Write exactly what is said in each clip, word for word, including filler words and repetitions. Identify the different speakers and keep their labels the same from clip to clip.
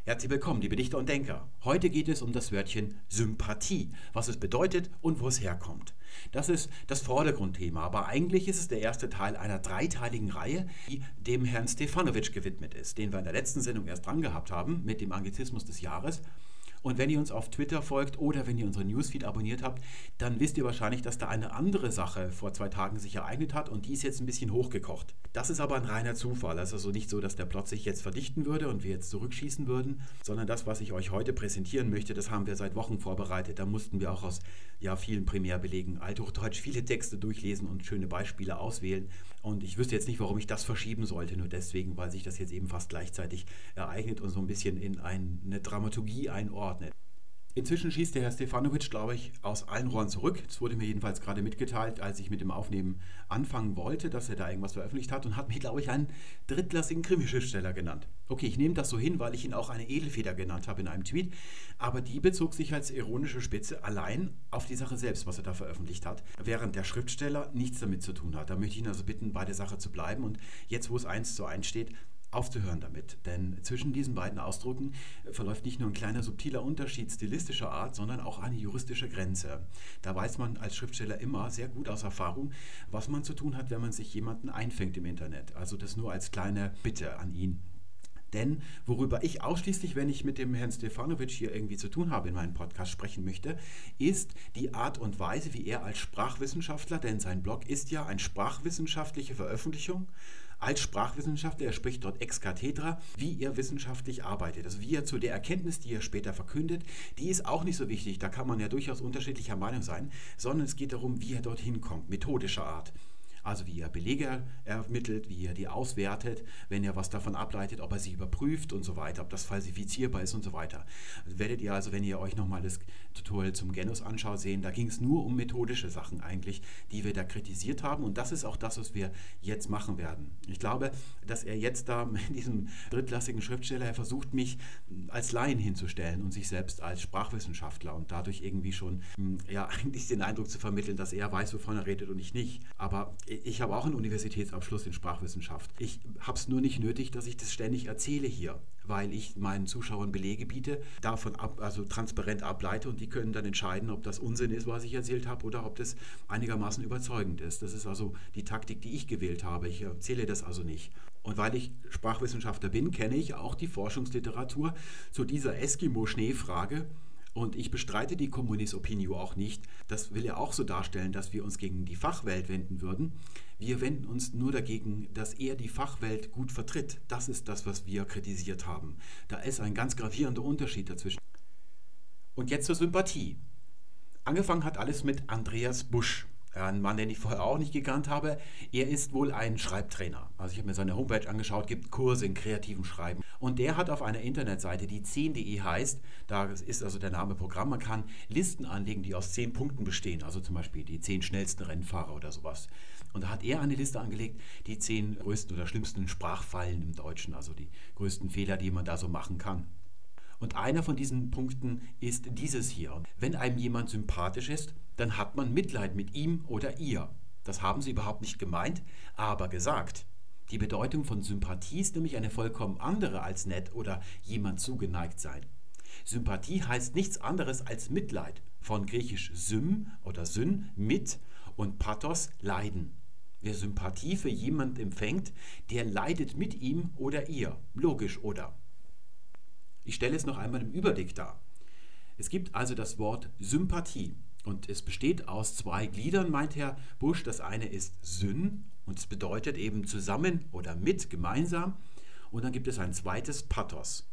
Speaker 1: Herzlich willkommen, liebe Dichter und Denker. Heute geht es um das Wörtchen Sympathie, was es bedeutet und wo es herkommt. Das ist das Vordergrundthema, aber eigentlich ist es der erste Teil einer dreiteiligen Reihe, die dem Herrn Stefanovic gewidmet ist, den wir in der letzten Sendung erst dran gehabt haben mit dem Anglizismus des Jahres. Und wenn ihr uns auf Twitter folgt oder wenn ihr unseren Newsfeed abonniert habt, dann wisst ihr wahrscheinlich, dass da eine andere Sache vor zwei Tagen sich ereignet hat und die ist jetzt ein bisschen hochgekocht. Das ist aber ein reiner Zufall. Es ist also nicht so, dass der Plot sich jetzt verdichten würde und wir jetzt zurückschießen würden, sondern das, was ich euch heute präsentieren möchte, das haben wir seit Wochen vorbereitet. Da mussten wir auch aus ja, vielen Primärbelegen Althochdeutsch viele Texte durchlesen und schöne Beispiele auswählen. Und ich wüsste jetzt nicht, warum ich das verschieben sollte, nur deswegen, weil sich das jetzt eben fast gleichzeitig ereignet und so ein bisschen in eine Dramaturgie einordnet. Inzwischen schießt der Herr Stefanovic, glaube ich, aus allen Rohren zurück. Es wurde mir jedenfalls gerade mitgeteilt, als ich mit dem Aufnehmen anfangen wollte, dass er da irgendwas veröffentlicht hat und hat mich, glaube ich, einen drittklassigen Krimischriftsteller genannt. Okay, ich nehme das so hin, weil ich ihn auch eine Edelfeder genannt habe in einem Tweet, aber die bezog sich als ironische Spitze allein auf die Sache selbst, was er da veröffentlicht hat, während der Schriftsteller nichts damit zu tun hat. Da möchte ich ihn also bitten, bei der Sache zu bleiben und jetzt, wo es eins zu eins steht, aufzuhören damit, denn zwischen diesen beiden Ausdrücken verläuft nicht nur ein kleiner subtiler Unterschied stilistischer Art, sondern auch eine juristische Grenze. Da weiß man als Schriftsteller immer sehr gut aus Erfahrung, was man zu tun hat, wenn man sich jemanden einfängt im Internet. Also das nur als kleine Bitte an ihn. Denn worüber ich ausschließlich, wenn ich mit dem Herrn Stefanovic hier irgendwie zu tun habe in meinem Podcast sprechen möchte, ist die Art und Weise, wie er als Sprachwissenschaftler, denn sein Blog ist ja eine sprachwissenschaftliche Veröffentlichung, als Sprachwissenschaftler, er spricht dort ex cathedra, wie er wissenschaftlich arbeitet. Also wie er zu der Erkenntnis, die er später verkündet, die ist auch nicht so wichtig, da kann man ja durchaus unterschiedlicher Meinung sein, sondern es geht darum, wie er dorthin kommt, methodischer Art. Also wie er Belege ermittelt, wie er die auswertet, wenn er was davon ableitet, ob er sie überprüft und so weiter, ob das falsifizierbar ist und so weiter. Also werdet ihr also, wenn ihr euch nochmal das Tutorial zum Genus anschaut, sehen, da ging es nur um methodische Sachen eigentlich, die wir da kritisiert haben und das ist auch das, was wir jetzt machen werden. Ich glaube, dass er jetzt da mit diesem drittklassigen Schriftsteller, er versucht mich als Laien hinzustellen und sich selbst als Sprachwissenschaftler und dadurch irgendwie schon ja eigentlich den Eindruck zu vermitteln, dass er weiß, wovon er redet und ich nicht. Aber ich habe auch einen Universitätsabschluss in Sprachwissenschaft. Ich habe es nur nicht nötig, dass ich das ständig erzähle hier, weil ich meinen Zuschauern Belege biete, davon ab, also transparent ableite und die können dann entscheiden, ob das Unsinn ist, was ich erzählt habe oder ob das einigermaßen überzeugend ist. Das ist also die Taktik, die ich gewählt habe. Ich erzähle das also nicht. Und weil ich Sprachwissenschaftler bin, kenne ich auch die Forschungsliteratur zu dieser Eskimo-Schneefrage. Und ich bestreite die Communis Opinio auch nicht. Das will ja auch so darstellen, dass wir uns gegen die Fachwelt wenden würden. Wir wenden uns nur dagegen, dass er die Fachwelt gut vertritt. Das ist das, was wir kritisiert haben. Da ist ein ganz gravierender Unterschied dazwischen. Und jetzt zur Sympathie. Angefangen hat alles mit Andreas Busch. Ein Mann, den ich vorher auch nicht gekannt habe. Er ist wohl ein Schreibtrainer. Also ich habe mir seine Homepage angeschaut, gibt Kurse in kreativem Schreiben. Und der hat auf einer Internetseite, die zehn punkt de heißt, da ist also der Name Programm, man kann Listen anlegen, die aus zehn Punkten bestehen. Also zum Beispiel die zehn schnellsten Rennfahrer oder sowas. Und da hat er eine Liste angelegt, die zehn größten oder schlimmsten Sprachfallen im Deutschen, also die größten Fehler, die man da so machen kann. Und einer von diesen Punkten ist dieses hier. Wenn einem jemand sympathisch ist, dann hat man Mitleid mit ihm oder ihr. Das haben sie überhaupt nicht gemeint, aber gesagt. Die Bedeutung von Sympathie ist nämlich eine vollkommen andere als nett oder jemand zugeneigt sein. Sympathie heißt nichts anderes als Mitleid. Von griechisch sym oder syn, mit und pathos, leiden. Wer Sympathie für jemanden empfängt, der leidet mit ihm oder ihr. Logisch, oder? Ich stelle es noch einmal im Überblick dar. Es gibt also das Wort Sympathie und es besteht aus zwei Gliedern, meint Herr Busch. Das eine ist Syn und es bedeutet eben zusammen oder mit, gemeinsam. Und dann gibt es ein zweites Pathos.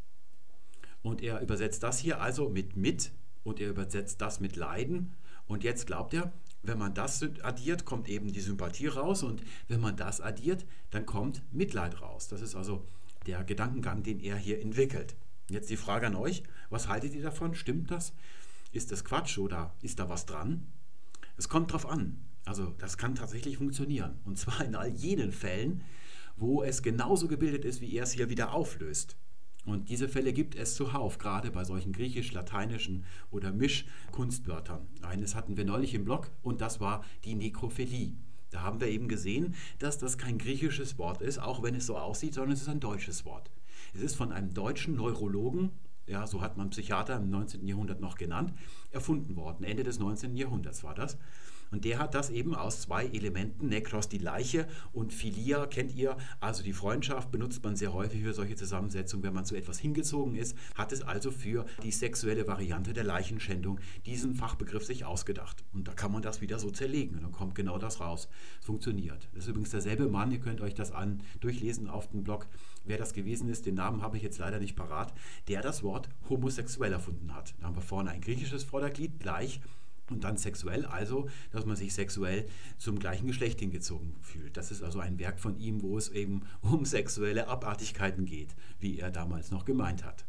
Speaker 1: Und er übersetzt das hier also mit mit und er übersetzt das mit Leiden. Und jetzt glaubt er, wenn man das addiert, kommt eben die Sympathie raus und wenn man das addiert, dann kommt Mitleid raus. Das ist also der Gedankengang, den er hier entwickelt. Jetzt die Frage an euch, was haltet ihr davon? Stimmt das? Ist das Quatsch oder ist da was dran? Es kommt drauf an. Also das kann tatsächlich funktionieren. Und zwar in all jenen Fällen, wo es genauso gebildet ist, wie er es hier wieder auflöst. Und diese Fälle gibt es zuhauf, gerade bei solchen griechisch-lateinischen oder Mischkunstwörtern. Eines hatten wir neulich im Blog und das war die Nekrophilie. Da haben wir eben gesehen, dass das kein griechisches Wort ist, auch wenn es so aussieht, sondern es ist ein deutsches Wort. Es ist von einem deutschen Neurologen, ja, so hat man Psychiater im neunzehnten. Jahrhundert noch genannt, erfunden worden. Ende des neunzehnten. Jahrhunderts war das. Und der hat das eben aus zwei Elementen, Nekros die Leiche und Philia, kennt ihr, also die Freundschaft, benutzt man sehr häufig für solche Zusammensetzungen, wenn man zu etwas hingezogen ist, hat es also für die sexuelle Variante der Leichenschändung diesen Fachbegriff sich ausgedacht. Und da kann man das wieder so zerlegen und dann kommt genau das raus. Es funktioniert. Das ist übrigens derselbe Mann, ihr könnt euch das an durchlesen auf dem Blog, wer das gewesen ist, den Namen habe ich jetzt leider nicht parat, der das Wort homosexuell erfunden hat. Da haben wir vorne ein griechisches Vorderglied, gleich, und dann sexuell, also, dass man sich sexuell zum gleichen Geschlecht hingezogen fühlt. Das ist also ein Werk von ihm, wo es eben um sexuelle Abartigkeiten geht, wie er damals noch gemeint hat.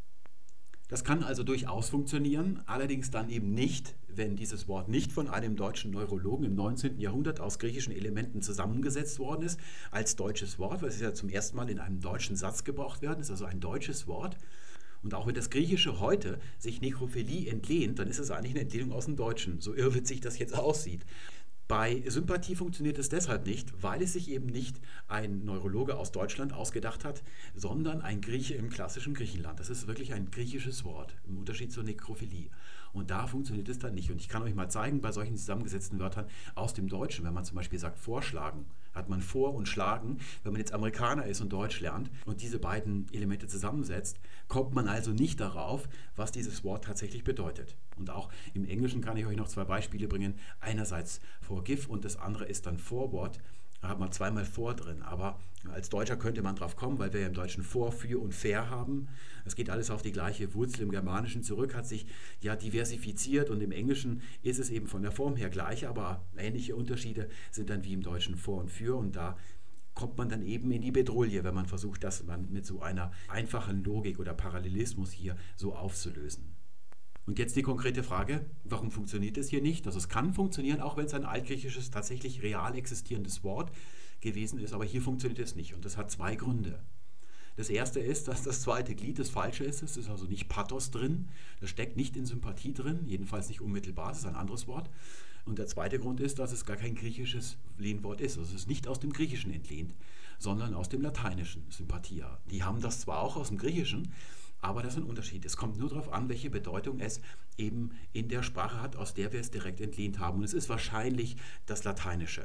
Speaker 1: Das kann also durchaus funktionieren, allerdings dann eben nicht, wenn dieses Wort nicht von einem deutschen Neurologen im neunzehnten. Jahrhundert aus griechischen Elementen zusammengesetzt worden ist, als deutsches Wort, weil es ja zum ersten Mal in einem deutschen Satz gebraucht werden, ist also ein deutsches Wort. Und auch wenn das Griechische heute sich Nekrophilie entlehnt, dann ist es eigentlich eine Entlehnung aus dem Deutschen, so irrwitzig das jetzt aussieht. Bei Sympathie funktioniert es deshalb nicht, weil es sich eben nicht ein Neurologe aus Deutschland ausgedacht hat, sondern ein Grieche im klassischen Griechenland. Das ist wirklich ein griechisches Wort, im Unterschied zur Nekrophilie. Und da funktioniert es dann nicht. Und ich kann euch mal zeigen, bei solchen zusammengesetzten Wörtern aus dem Deutschen, wenn man zum Beispiel sagt vorschlagen, hat man vor und schlagen. Wenn man jetzt Amerikaner ist und Deutsch lernt und diese beiden Elemente zusammensetzt, kommt man also nicht darauf, was dieses Wort tatsächlich bedeutet. Und auch im Englischen kann ich euch noch zwei Beispiele bringen. Einerseits forgive und das andere ist dann forward. Da hat man zweimal vor drin, aber als Deutscher könnte man drauf kommen, weil wir ja im Deutschen vor, für und fair haben. Es geht alles auf die gleiche Wurzel. Im Germanischen zurück hat sich ja diversifiziert und im Englischen ist es eben von der Form her gleich, aber ähnliche Unterschiede sind dann wie im Deutschen vor und für und da kommt man dann eben in die Bedrohung, wenn man versucht, das mit so einer einfachen Logik oder Parallelismus hier so aufzulösen. Und jetzt die konkrete Frage, warum funktioniert es hier nicht? Also es kann funktionieren, auch wenn es ein altgriechisches, tatsächlich real existierendes Wort gewesen ist, aber hier funktioniert es nicht und das hat zwei Gründe. Das erste ist, dass das zweite Glied das falsche ist, es ist also nicht Pathos drin, das steckt nicht in Sympathie drin, jedenfalls nicht unmittelbar, es ist ein anderes Wort. Und der zweite Grund ist, dass es gar kein griechisches Lehnwort ist, also es ist nicht aus dem Griechischen entlehnt, sondern aus dem Lateinischen, Sympathia. Die haben das zwar auch aus dem Griechischen, aber das ist ein Unterschied. Es kommt nur darauf an, welche Bedeutung es eben in der Sprache hat, aus der wir es direkt entlehnt haben. Und es ist wahrscheinlich das Lateinische.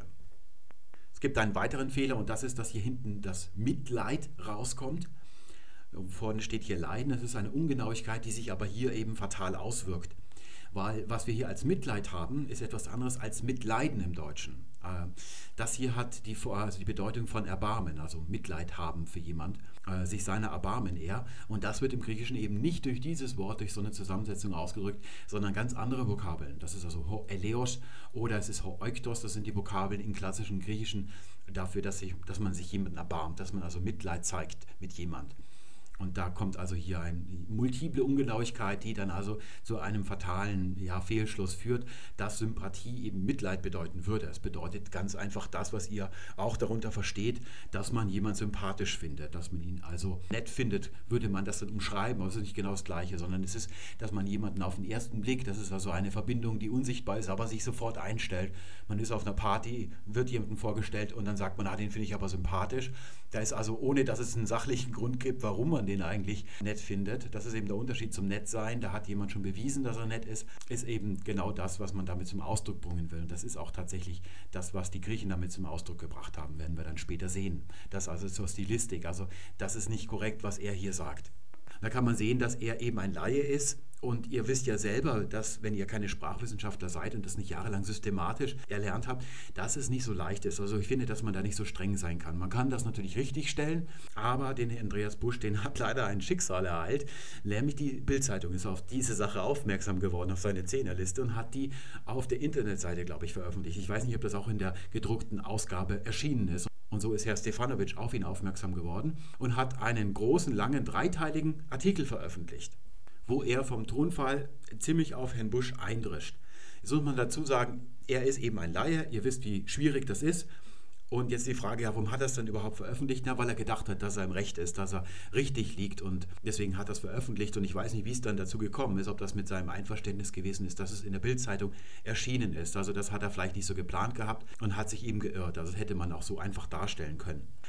Speaker 1: Es gibt einen weiteren Fehler und das ist, dass hier hinten das Mitleid rauskommt. Vorne steht hier Leiden. Das ist eine Ungenauigkeit, die sich aber hier eben fatal auswirkt. Weil was wir hier als Mitleid haben, ist etwas anderes als Mitleiden im Deutschen. Das hier hat die, also die Bedeutung von Erbarmen, also Mitleid haben für jemand, sich seiner erbarmen er. Und das wird im Griechischen eben nicht durch dieses Wort, durch so eine Zusammensetzung ausgedrückt, sondern ganz andere Vokabeln. Das ist also ho eleos oder es ist ho oiktos, das sind die Vokabeln im klassischen Griechischen dafür, dass, sich, dass man sich jemanden erbarmt, dass man also Mitleid zeigt mit jemand. Und da kommt also hier eine multiple Ungenauigkeit, die dann also zu einem fatalen ja, Fehlschluss führt, dass Sympathie eben Mitleid bedeuten würde. Es bedeutet ganz einfach das, was ihr auch darunter versteht, dass man jemanden sympathisch findet, dass man ihn also nett findet, würde man das dann umschreiben, aber es ist nicht genau das Gleiche, sondern es ist, dass man jemanden auf den ersten Blick, das ist also eine Verbindung, die unsichtbar ist, aber sich sofort einstellt. Man ist auf einer Party, wird jemandem vorgestellt und dann sagt man, ah, den finde ich aber sympathisch. Da ist also, ohne dass es einen sachlichen Grund gibt, warum man den eigentlich nett findet. Das ist eben der Unterschied zum Nettsein. Da hat jemand schon bewiesen, dass er nett ist. Ist eben genau das, was man damit zum Ausdruck bringen will. Und das ist auch tatsächlich das, was die Griechen damit zum Ausdruck gebracht haben, werden wir dann später sehen. Das also zur Stilistik. Also das ist nicht korrekt, was er hier sagt. Da kann man sehen, dass er eben ein Laie ist. Und ihr wisst ja selber, dass, wenn ihr keine Sprachwissenschaftler seid und das nicht jahrelang systematisch erlernt habt, dass es nicht so leicht ist. Also ich finde, dass man da nicht so streng sein kann. Man kann das natürlich richtig stellen, aber den Andreas Busch, den hat leider ein Schicksal ereilt. Nämlich die Bild-Zeitung ist auf diese Sache aufmerksam geworden, auf seine Zehnerliste und hat die auf der Internetseite, glaube ich, veröffentlicht. Ich weiß nicht, ob das auch in der gedruckten Ausgabe erschienen ist. Und so ist Herr Stefanovic auf ihn aufmerksam geworden und hat einen großen, langen, dreiteiligen Artikel veröffentlicht, wo er vom Tonfall ziemlich auf Herrn Busch eindrischt. Jetzt muss man dazu sagen, er ist eben ein Laie, ihr wisst, wie schwierig das ist. Und jetzt die Frage, ja, warum hat er es dann überhaupt veröffentlicht? Na, weil er gedacht hat, dass er im Recht ist, dass er richtig liegt und deswegen hat er es veröffentlicht. Und ich weiß nicht, wie es dann dazu gekommen ist, ob das mit seinem Einverständnis gewesen ist, dass es in der Bild-Zeitung erschienen ist. Also das hat er vielleicht nicht so geplant gehabt und hat sich eben geirrt. Also das hätte man auch so einfach darstellen können.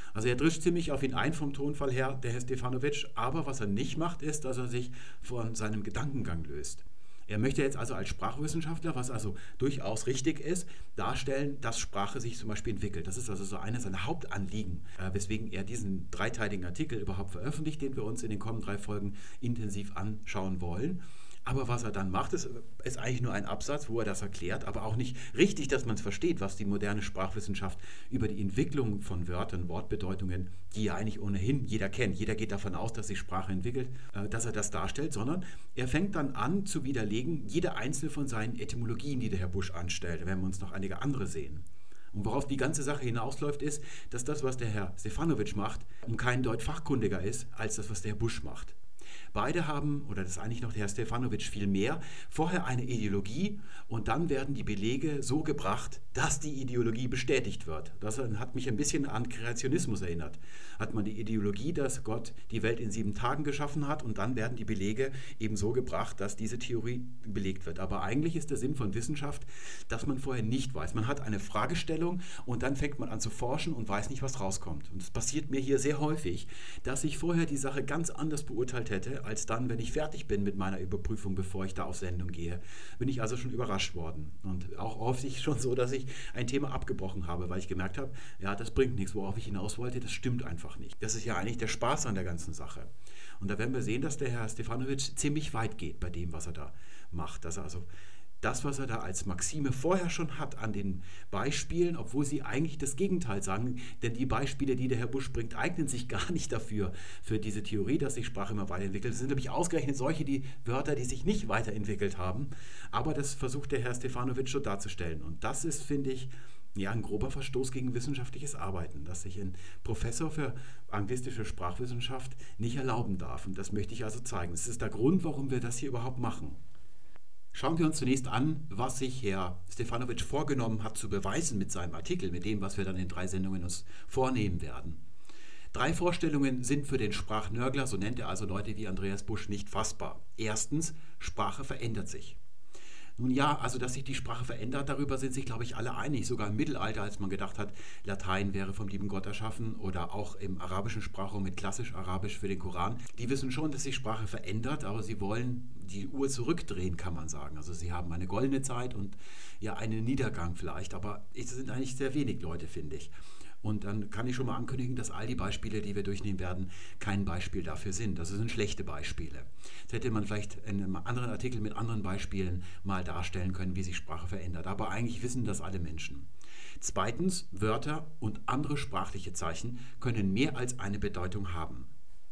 Speaker 1: Also er drischt ziemlich auf ihn ein vom Tonfall her, der Herr Stefanovic, aber was er nicht macht, ist, dass er sich von seinem Gedankengang löst. Er möchte jetzt also als Sprachwissenschaftler, was also durchaus richtig ist, darstellen, dass Sprache sich zum Beispiel entwickelt. Das ist also so eines seiner Hauptanliegen, äh, weswegen er diesen dreiteiligen Artikel überhaupt veröffentlicht, den wir uns in den kommenden drei Folgen intensiv anschauen wollen. Aber was er dann macht, ist, ist eigentlich nur ein Absatz, wo er das erklärt, aber auch nicht richtig, dass man es versteht, was die moderne Sprachwissenschaft über die Entwicklung von Wörtern, Wortbedeutungen, die ja eigentlich ohnehin jeder kennt, jeder geht davon aus, dass sich Sprache entwickelt, äh, dass er das darstellt, sondern er fängt dann an zu widerlegen, jede einzelne von seinen Etymologien, die der Herr Busch anstellt, wenn wir uns noch einige andere sehen. Und worauf die ganze Sache hinausläuft, ist, dass das, was der Herr Stefanovic macht, um keinen Deut fachkundiger ist, als das, was der Herr Busch macht. Beide haben, oder das ist eigentlich noch der Herr Stefanovic viel mehr, vorher eine Ideologie und dann werden die Belege so gebracht, dass die Ideologie bestätigt wird. Das hat mich ein bisschen an Kreationismus erinnert. Hat man die Ideologie, dass Gott die Welt in sieben Tagen geschaffen hat und dann werden die Belege eben so gebracht, dass diese Theorie belegt wird. Aber eigentlich ist der Sinn von Wissenschaft, dass man vorher nicht weiß. Man hat eine Fragestellung und dann fängt man an zu forschen und weiß nicht, was rauskommt. Und es passiert mir hier sehr häufig, dass ich vorher die Sache ganz anders beurteilt hätte, als dann, wenn ich fertig bin mit meiner Überprüfung, bevor ich da auf Sendung gehe. Bin ich also schon überrascht worden. Und auch häufig schon so, dass ich ein Thema abgebrochen habe, weil ich gemerkt habe, ja, das bringt nichts, worauf ich hinaus wollte, das stimmt einfach nicht. Das ist ja eigentlich der Spaß an der ganzen Sache. Und da werden wir sehen, dass der Herr Stefanovic ziemlich weit geht bei dem, was er da macht. Dass er also das, was er da als Maxime vorher schon hat an den Beispielen, obwohl sie eigentlich das Gegenteil sagen, denn die Beispiele, die der Herr Busch bringt, eignen sich gar nicht dafür, für diese Theorie, dass sich Sprache immer weiterentwickelt. Es sind nämlich ausgerechnet solche die Wörter, die sich nicht weiterentwickelt haben, aber das versucht der Herr Stefanovic so darzustellen. Und das ist, finde ich, ja, ein grober Verstoß gegen wissenschaftliches Arbeiten, das sich ein Professor für anglistische Sprachwissenschaft nicht erlauben darf. Und das möchte ich also zeigen. Das ist der Grund, warum wir das hier überhaupt machen. Schauen wir uns zunächst an, was sich Herr Stefanovic vorgenommen hat zu beweisen mit seinem Artikel, mit dem, was wir dann in drei Sendungen uns vornehmen werden. Drei Vorstellungen sind für den Sprachnörgler, so nennt er also Leute wie Andreas Busch, nicht fassbar. Erstens, Sprache verändert sich. Nun ja, also dass sich die Sprache verändert, darüber sind sich, glaube ich, alle einig. Sogar im Mittelalter, als man gedacht hat, Latein wäre vom lieben Gott erschaffen oder auch im arabischen Sprachraum mit klassisch-arabisch für den Koran. Die wissen schon, dass sich Sprache verändert, aber sie wollen die Uhr zurückdrehen, kann man sagen. Also sie haben eine goldene Zeit und ja einen Niedergang vielleicht, aber es sind eigentlich sehr wenig Leute, finde ich. Und dann kann ich schon mal ankündigen, dass all die Beispiele, die wir durchnehmen werden, kein Beispiel dafür sind. Das sind schlechte Beispiele. Das hätte man vielleicht in einem anderen Artikel mit anderen Beispielen mal darstellen können, wie sich Sprache verändert. Aber eigentlich wissen das alle Menschen. Zweitens, Wörter und andere sprachliche Zeichen können mehr als eine Bedeutung haben.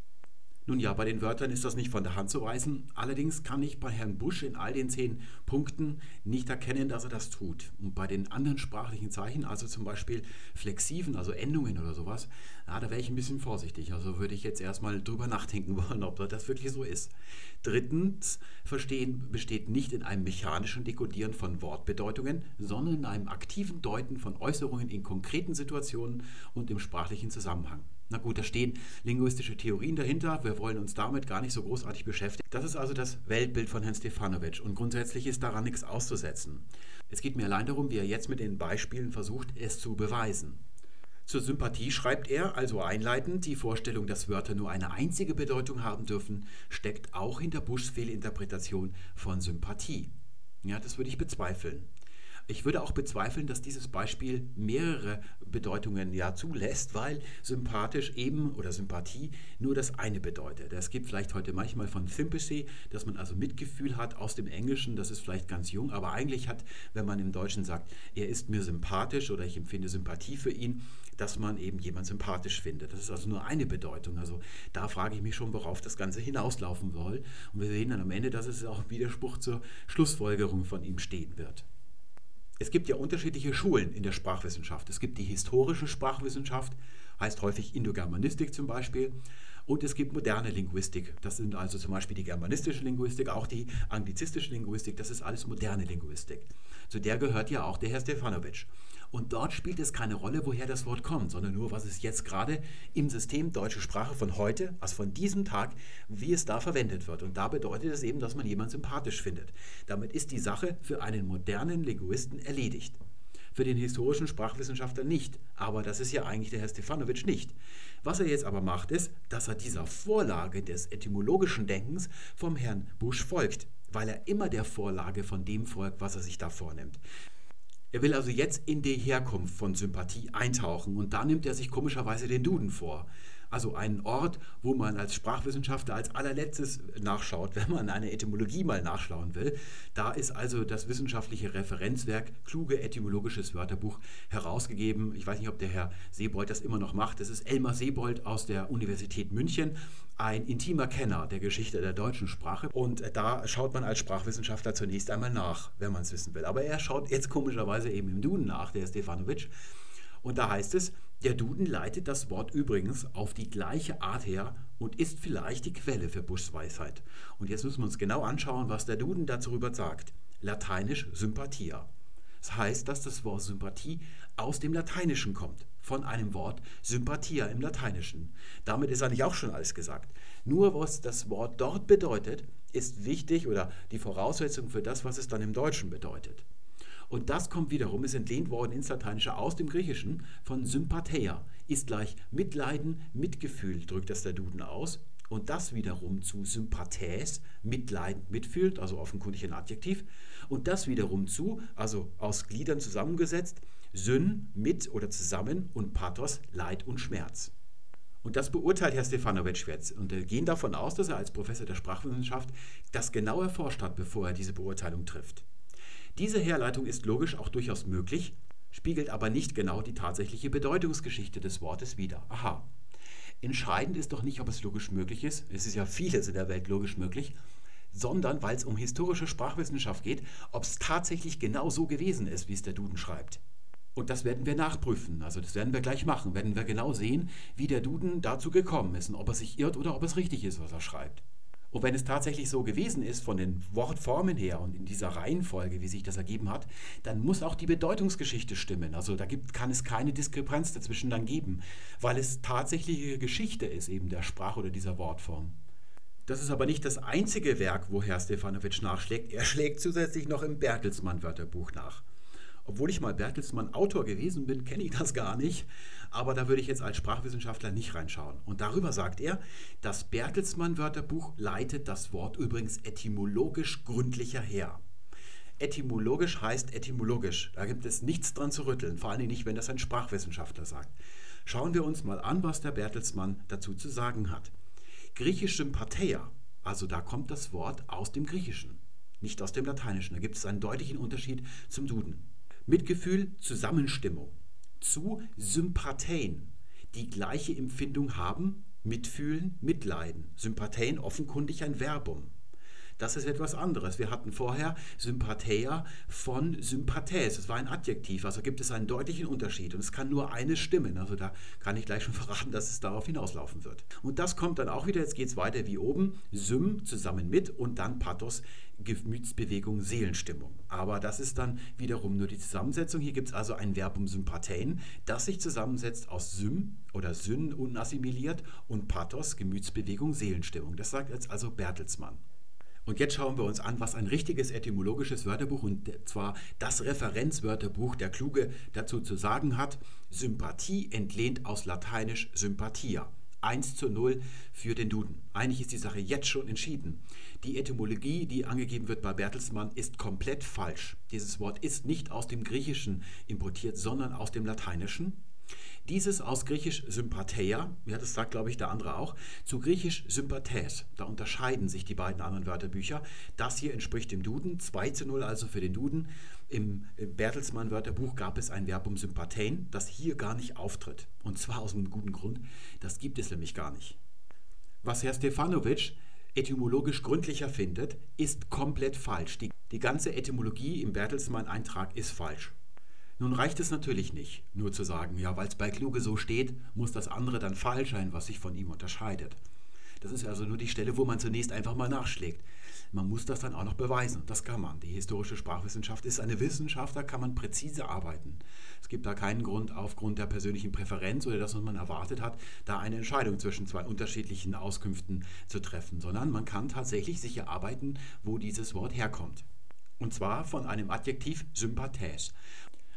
Speaker 1: Nun ja, bei den Wörtern ist das nicht von der Hand zu weisen. Allerdings kann ich bei Herrn Busch in all den zehn Punkten nicht erkennen, dass er das tut. Und bei den anderen sprachlichen Zeichen, also zum Beispiel Flexiven, also Endungen oder sowas, ja, da wäre ich ein bisschen vorsichtig. Also würde ich jetzt erstmal drüber nachdenken wollen, ob das wirklich so ist. Drittens, Verstehen besteht nicht in einem mechanischen Dekodieren von Wortbedeutungen, sondern in einem aktiven Deuten von Äußerungen in konkreten Situationen und im sprachlichen Zusammenhang. Na gut, da stehen linguistische Theorien dahinter, wir wollen uns damit gar nicht so großartig beschäftigen. Das ist also das Weltbild von Herrn Stefanovic und grundsätzlich ist daran nichts auszusetzen. Es geht mir allein darum, wie er jetzt mit den Beispielen versucht, es zu beweisen. Zur Sympathie schreibt er, also einleitend, die Vorstellung, dass Wörter nur eine einzige Bedeutung haben dürfen, steckt auch hinter Buschs Fehlinterpretation von Sympathie. Ja, das würde ich bezweifeln. Ich würde auch bezweifeln, dass dieses Beispiel mehrere Bedeutungen ja zulässt, weil sympathisch eben oder Sympathie nur das eine bedeutet. Es gibt vielleicht heute manchmal von Sympathy, dass man also Mitgefühl hat aus dem Englischen, das ist vielleicht ganz jung, aber eigentlich hat, wenn man im Deutschen sagt, er ist mir sympathisch oder ich empfinde Sympathie für ihn, dass man eben jemand sympathisch findet. Das ist also nur eine Bedeutung. Also da frage ich mich schon, worauf das Ganze hinauslaufen soll. Und wir sehen dann am Ende, dass es auch im Widerspruch zur Schlussfolgerung von ihm stehen wird. Es gibt ja unterschiedliche Schulen in der Sprachwissenschaft. Es gibt die historische Sprachwissenschaft, heißt häufig Indogermanistik zum Beispiel, und es gibt moderne Linguistik. Das sind also zum Beispiel die germanistische Linguistik, auch die anglizistische Linguistik, das ist alles moderne Linguistik. Zu der gehört ja auch der Herr Stefanovic. Und dort spielt es keine Rolle, woher das Wort kommt, sondern nur, was es jetzt gerade im System deutsche Sprache von heute, also von diesem Tag, wie es da verwendet wird. Und da bedeutet es eben, dass man jemanden sympathisch findet. Damit ist die Sache für einen modernen Linguisten erledigt. für den historischen Sprachwissenschaftler nicht. Aber das ist ja eigentlich der Herr Stefanovic nicht. Was er jetzt aber macht, ist, dass er dieser Vorlage des etymologischen Denkens vom Herrn Busch folgt, weil er immer der Vorlage von dem folgt, was er sich da vornimmt. Er will also jetzt in die Herkunft von Sympathie eintauchen und da nimmt er sich komischerweise den Duden vor. Also einen Ort, wo man als Sprachwissenschaftler als allerletztes nachschaut, wenn man eine Etymologie mal nachschauen will. Da ist also das wissenschaftliche Referenzwerk Kluge etymologisches Wörterbuch herausgegeben. Ich weiß nicht, ob der Herr Seebold das immer noch macht. Das ist Elmar Seebold aus der Universität München, ein intimer Kenner der Geschichte der deutschen Sprache. Und da schaut man als Sprachwissenschaftler zunächst einmal nach, wenn man es wissen will. Aber er schaut jetzt komischerweise eben im Duden nach, der Stefanovic. Und da heißt es, der Duden leitet das Wort übrigens auf die gleiche Art her und ist vielleicht die Quelle für Buschs Weisheit. Und jetzt müssen wir uns genau anschauen, was der Duden darüber sagt. Lateinisch Sympathia. Das heißt, dass das Wort Sympathie aus dem Lateinischen kommt, von einem Wort Sympathia im Lateinischen. Damit ist eigentlich auch schon alles gesagt. Nur was das Wort dort bedeutet, ist wichtig oder die Voraussetzung für das, was es dann im Deutschen bedeutet. Und das kommt wiederum, ist entlehnt worden ins Lateinische aus dem Griechischen von Sympatheia, ist gleich Mitleiden, Mitgefühl, drückt das der Duden aus. Und das wiederum zu Sympathäs, mitleidend, mitfühlend, also offenkundig ein Adjektiv. Und das wiederum zu, also aus Gliedern zusammengesetzt, Syn, mit oder zusammen und Pathos, Leid und Schmerz. Und das beurteilt Herr Stefanovic jetzt. Und wir gehen davon aus, dass er als Professor der Sprachwissenschaft das genau erforscht hat, bevor er diese Beurteilung trifft. Diese Herleitung ist logisch auch durchaus möglich, spiegelt aber nicht genau die tatsächliche Bedeutungsgeschichte des Wortes wider. Aha. Entscheidend ist doch nicht, ob es logisch möglich ist, es ist ja vieles in der Welt logisch möglich, sondern weil es um historische Sprachwissenschaft geht, ob es tatsächlich genau so gewesen ist, wie es der Duden schreibt. Und das werden wir nachprüfen, also das werden wir gleich machen, werden wir genau sehen, wie der Duden dazu gekommen ist und ob er sich irrt oder ob es richtig ist, was er schreibt. Und wenn es tatsächlich so gewesen ist, von den Wortformen her und in dieser Reihenfolge, wie sich das ergeben hat, dann muss auch die Bedeutungsgeschichte stimmen. Also da gibt, kann es keine Diskrepanz dazwischen dann geben, weil es tatsächliche Geschichte ist, eben der Sprache oder dieser Wortform. Das ist aber nicht das einzige Werk, wo Herr Stefanovic nachschlägt. Er schlägt zusätzlich noch im Bertelsmann-Wörterbuch nach. Obwohl ich mal Bertelsmann Autor gewesen bin, kenne ich das gar nicht, aber da würde ich jetzt als Sprachwissenschaftler nicht reinschauen. Und darüber sagt er, das Bertelsmann Wörterbuch leitet das Wort übrigens etymologisch gründlicher her. Etymologisch heißt etymologisch, da gibt es nichts dran zu rütteln, vor allem nicht, wenn das ein Sprachwissenschaftler sagt. Schauen wir uns mal an, was der Bertelsmann dazu zu sagen hat. Griechisch Sympatheia, also da kommt das Wort aus dem Griechischen, nicht aus dem Lateinischen, da gibt es einen deutlichen Unterschied zum Duden. Mitgefühl, Zusammenstimmung. Zu Sympathein, die gleiche Empfindung haben, mitfühlen, mitleiden. Sympathein offenkundig ein Verbum. Das ist etwas anderes. Wir hatten vorher Sympatheia von Sympathäs. Das war ein Adjektiv, also gibt es einen deutlichen Unterschied. Und es kann nur eines stimmen. Also da kann ich gleich schon verraten, dass es darauf hinauslaufen wird. Und das kommt dann auch wieder, jetzt geht es weiter wie oben, Sym zusammen mit und dann Pathos, Gemütsbewegung, Seelenstimmung. Aber das ist dann wiederum nur die Zusammensetzung. Hier gibt es also ein Verbum Sympathein, das sich zusammensetzt aus Sym oder Syn unassimiliert und Pathos, Gemütsbewegung, Seelenstimmung. Das sagt jetzt also Bertelsmann. Und jetzt schauen wir uns an, was ein richtiges etymologisches Wörterbuch, und zwar das Referenzwörterbuch der Kluge, dazu zu sagen hat. Sympathie entlehnt aus Lateinisch Sympathia. eins zu null für den Duden. Eigentlich ist die Sache jetzt schon entschieden. Die Etymologie, die angegeben wird bei Bertelsmann, ist komplett falsch. Dieses Wort ist nicht aus dem Griechischen importiert, sondern aus dem Lateinischen. Dieses aus Griechisch Sympatheia, ja, das sagt, glaube ich, der andere auch, zu Griechisch Sympathäs. Da unterscheiden sich die beiden anderen Wörterbücher. Das hier entspricht dem Duden, zwei zu null also für den Duden. Im Bertelsmann-Wörterbuch gab es ein Verbum Sympathein, das hier gar nicht auftritt. Und zwar aus einem guten Grund, das gibt es nämlich gar nicht. Was Herr Stefanovic etymologisch gründlicher findet, ist komplett falsch. Die, die ganze Etymologie im Bertelsmann-Eintrag ist falsch. Nun reicht es natürlich nicht, nur zu sagen, ja, weil es bei Kluge so steht, muss das andere dann falsch sein, was sich von ihm unterscheidet. Das ist also nur die Stelle, wo man zunächst einfach mal nachschlägt. Man muss das dann auch noch beweisen. Das kann man. Die historische Sprachwissenschaft ist eine Wissenschaft, da kann man präzise arbeiten. Es gibt da keinen Grund, aufgrund der persönlichen Präferenz oder das, was man erwartet hat, da eine Entscheidung zwischen zwei unterschiedlichen Auskünften zu treffen, sondern man kann tatsächlich sich erarbeiten, wo dieses Wort herkommt. Und zwar von einem Adjektiv Sympathäs.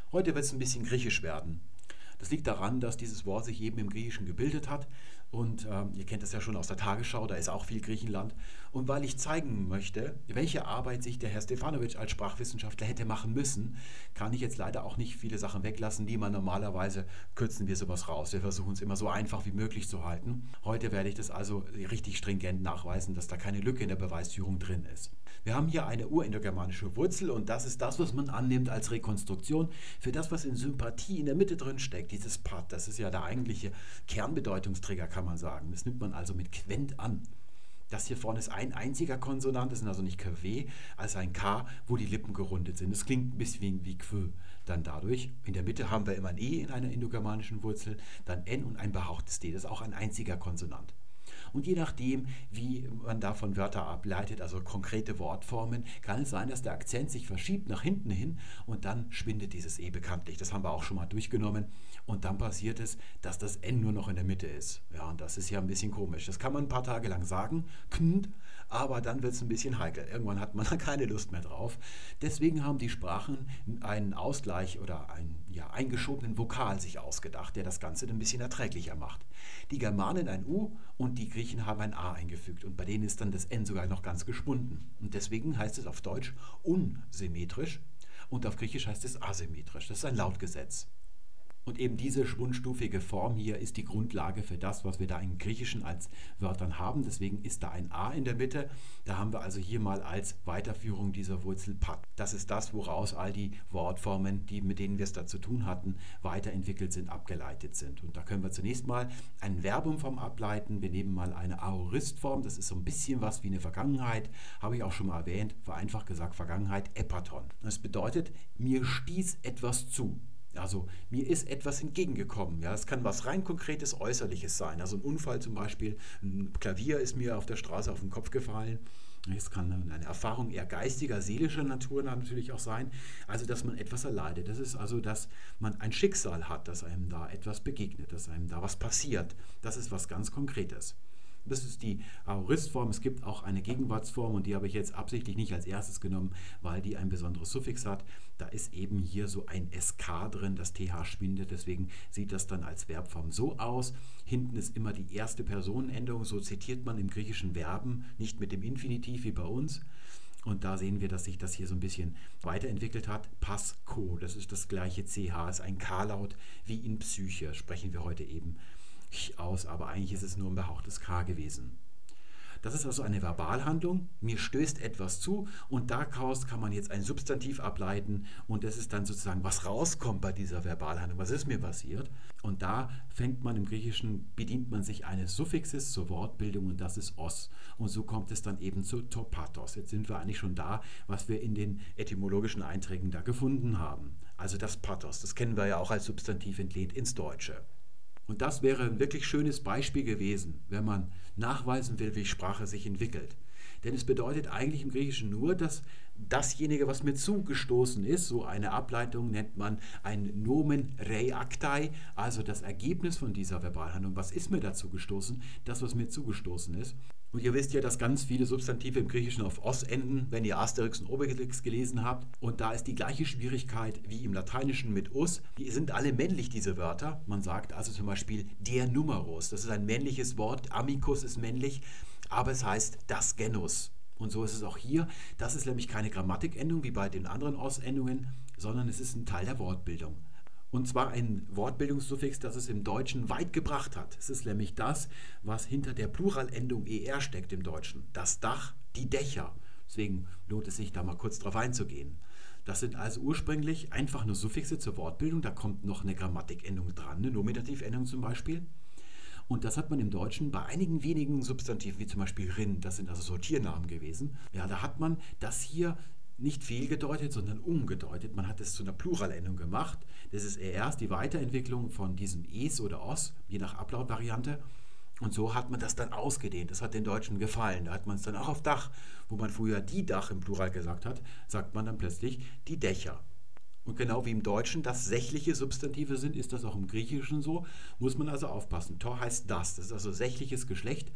Speaker 1: Heute wird es ein bisschen griechisch werden. Das liegt daran, dass dieses Wort sich eben im Griechischen gebildet hat. Und ähm, ihr kennt das ja schon aus der Tagesschau, da ist auch viel Griechenland. Und weil ich zeigen möchte, welche Arbeit sich der Herr Stefanovic als Sprachwissenschaftler hätte machen müssen, kann ich jetzt leider auch nicht viele Sachen weglassen, die man normalerweise kürzen wir sowas raus. Wir versuchen es immer so einfach wie möglich zu halten. Heute werde ich das also richtig stringent nachweisen, dass da keine Lücke in der Beweisführung drin ist. Wir haben hier eine urindogermanische Wurzel und das ist das, was man annimmt als Rekonstruktion für das, was in Sympathie in der Mitte drin steckt, dieses Pat. Das ist ja der eigentliche Kernbedeutungsträger, kann man sagen. Das nimmt man also mit Quent an. Das hier vorne ist ein einziger Konsonant, das sind also nicht K W, als ein K, wo die Lippen gerundet sind. Das klingt ein bisschen wie Quö dann dadurch. In der Mitte haben wir immer ein E in einer indogermanischen Wurzel, dann N und ein behauchtes D. Das ist auch ein einziger Konsonant. Und je nachdem, wie man davon Wörter ableitet, also konkrete Wortformen, kann es sein, dass der Akzent sich verschiebt nach hinten hin und dann schwindet dieses E bekanntlich. Das haben wir auch schon mal durchgenommen. Und dann passiert es, dass das N nur noch in der Mitte ist. Ja, und das ist ja ein bisschen komisch. Das kann man ein paar Tage lang sagen, knt, aber dann wird es ein bisschen heikel. Irgendwann hat man dann keine Lust mehr drauf. Deswegen haben die Sprachen einen Ausgleich oder einen ja, eingeschobenen Vokal sich ausgedacht, der das Ganze ein bisschen erträglicher macht. Die Germanen ein U und die Griechen haben ein A eingefügt und bei denen ist dann das N sogar noch ganz geschwunden. Und deswegen heißt es auf Deutsch unsymmetrisch und auf Griechisch heißt es asymmetrisch. Das ist ein Lautgesetz. Und eben diese schwundstufige Form hier ist die Grundlage für das, was wir da im Griechischen als Wörtern haben. Deswegen ist da ein A in der Mitte. Da haben wir also hier mal als Weiterführung dieser Wurzel Pat. Das ist das, woraus all die Wortformen, die, mit denen wir es da zu tun hatten, weiterentwickelt sind, abgeleitet sind. Und da können wir zunächst mal ein Verbum vom ableiten. Wir nehmen mal eine Aoristform. Das ist so ein bisschen was wie eine Vergangenheit. Habe ich auch schon mal erwähnt. Vereinfacht gesagt Vergangenheit, Epaton. Das bedeutet, mir stieß etwas zu. Also mir ist etwas entgegengekommen. Ja, es kann was rein konkretes Äußerliches sein. Also ein Unfall zum Beispiel, ein Klavier ist mir auf der Straße auf den Kopf gefallen. Es kann eine Erfahrung eher geistiger, seelischer Natur natürlich auch sein. Also dass man etwas erleidet. Das ist also, dass man ein Schicksal hat, dass einem da etwas begegnet, dass einem da was passiert. Das ist was ganz Konkretes. Das ist die Aoristform. Es gibt auch eine Gegenwartsform und die habe ich jetzt absichtlich nicht als erstes genommen, weil die ein besonderes Suffix hat. Da ist eben hier so ein S K drin, das T H schwindet, deswegen sieht das dann als Verbform so aus. Hinten ist immer die erste Personenendung, so zitiert man im griechischen Verben, nicht mit dem Infinitiv wie bei uns. Und da sehen wir, dass sich das hier so ein bisschen weiterentwickelt hat. Pasko, das ist das gleiche C H, ist ein K-Laut wie in Psyche, sprechen wir heute eben aus, aber eigentlich ist es nur ein behauchtes K gewesen. Das ist also eine Verbalhandlung. Mir stößt etwas zu und daraus kann man jetzt ein Substantiv ableiten und das ist dann sozusagen, was rauskommt bei dieser Verbalhandlung. Was ist mir passiert? Und da fängt man im Griechischen, bedient man sich eines Suffixes zur Wortbildung und das ist os. Und so kommt es dann eben zu topatos. Jetzt sind wir eigentlich schon da, was wir in den etymologischen Einträgen da gefunden haben. Also das Pathos, das kennen wir ja auch als Substantiv entlehnt ins Deutsche. Und das wäre ein wirklich schönes Beispiel gewesen, wenn man nachweisen will, wie Sprache sich entwickelt. Denn es bedeutet eigentlich im Griechischen nur, dass dasjenige, was mir zugestoßen ist, so eine Ableitung nennt man ein Nomen rei actai, also das Ergebnis von dieser Verbalhandlung. Was ist mir dazu gestoßen? Das, was mir zugestoßen ist. Und ihr wisst ja, dass ganz viele Substantive im Griechischen auf os enden, wenn ihr Asterix und Obelix gelesen habt. Und da ist die gleiche Schwierigkeit wie im Lateinischen mit us. Die sind alle männlich, diese Wörter. Man sagt also zum Beispiel der Numerus. Das ist ein männliches Wort. Amicus ist männlich, aber es heißt das Genus. Und so ist es auch hier. Das ist nämlich keine Grammatikendung wie bei den anderen os-Endungen, sondern es ist ein Teil der Wortbildung. Und zwar ein Wortbildungssuffix, das es im Deutschen weit gebracht hat. Es ist nämlich das, was hinter der Pluralendung er steckt im Deutschen. Das Dach, die Dächer. Deswegen lohnt es sich, da mal kurz drauf einzugehen. Das sind also ursprünglich einfach nur Suffixe zur Wortbildung. Da kommt noch eine Grammatikendung dran, eine Nominativendung zum Beispiel. Und das hat man im Deutschen bei einigen wenigen Substantiven, wie zum Beispiel Rind, das sind also Sortiernamen gewesen. Ja, da hat man das hier nicht fehlgedeutet, sondern umgedeutet. Man hat es zu einer Pluralendung gemacht. Das ist erst die Weiterentwicklung von diesem es oder os, je nach Ablautvariante. Und so hat man das dann ausgedehnt. Das hat den Deutschen gefallen. Da hat man es dann auch auf Dach, wo man früher die Dach im Plural gesagt hat, sagt man dann plötzlich die Dächer. Und genau wie im Deutschen das sächliche Substantive sind, ist das auch im Griechischen so. Muss man also aufpassen. Tor heißt das. Das ist also sächliches Geschlecht.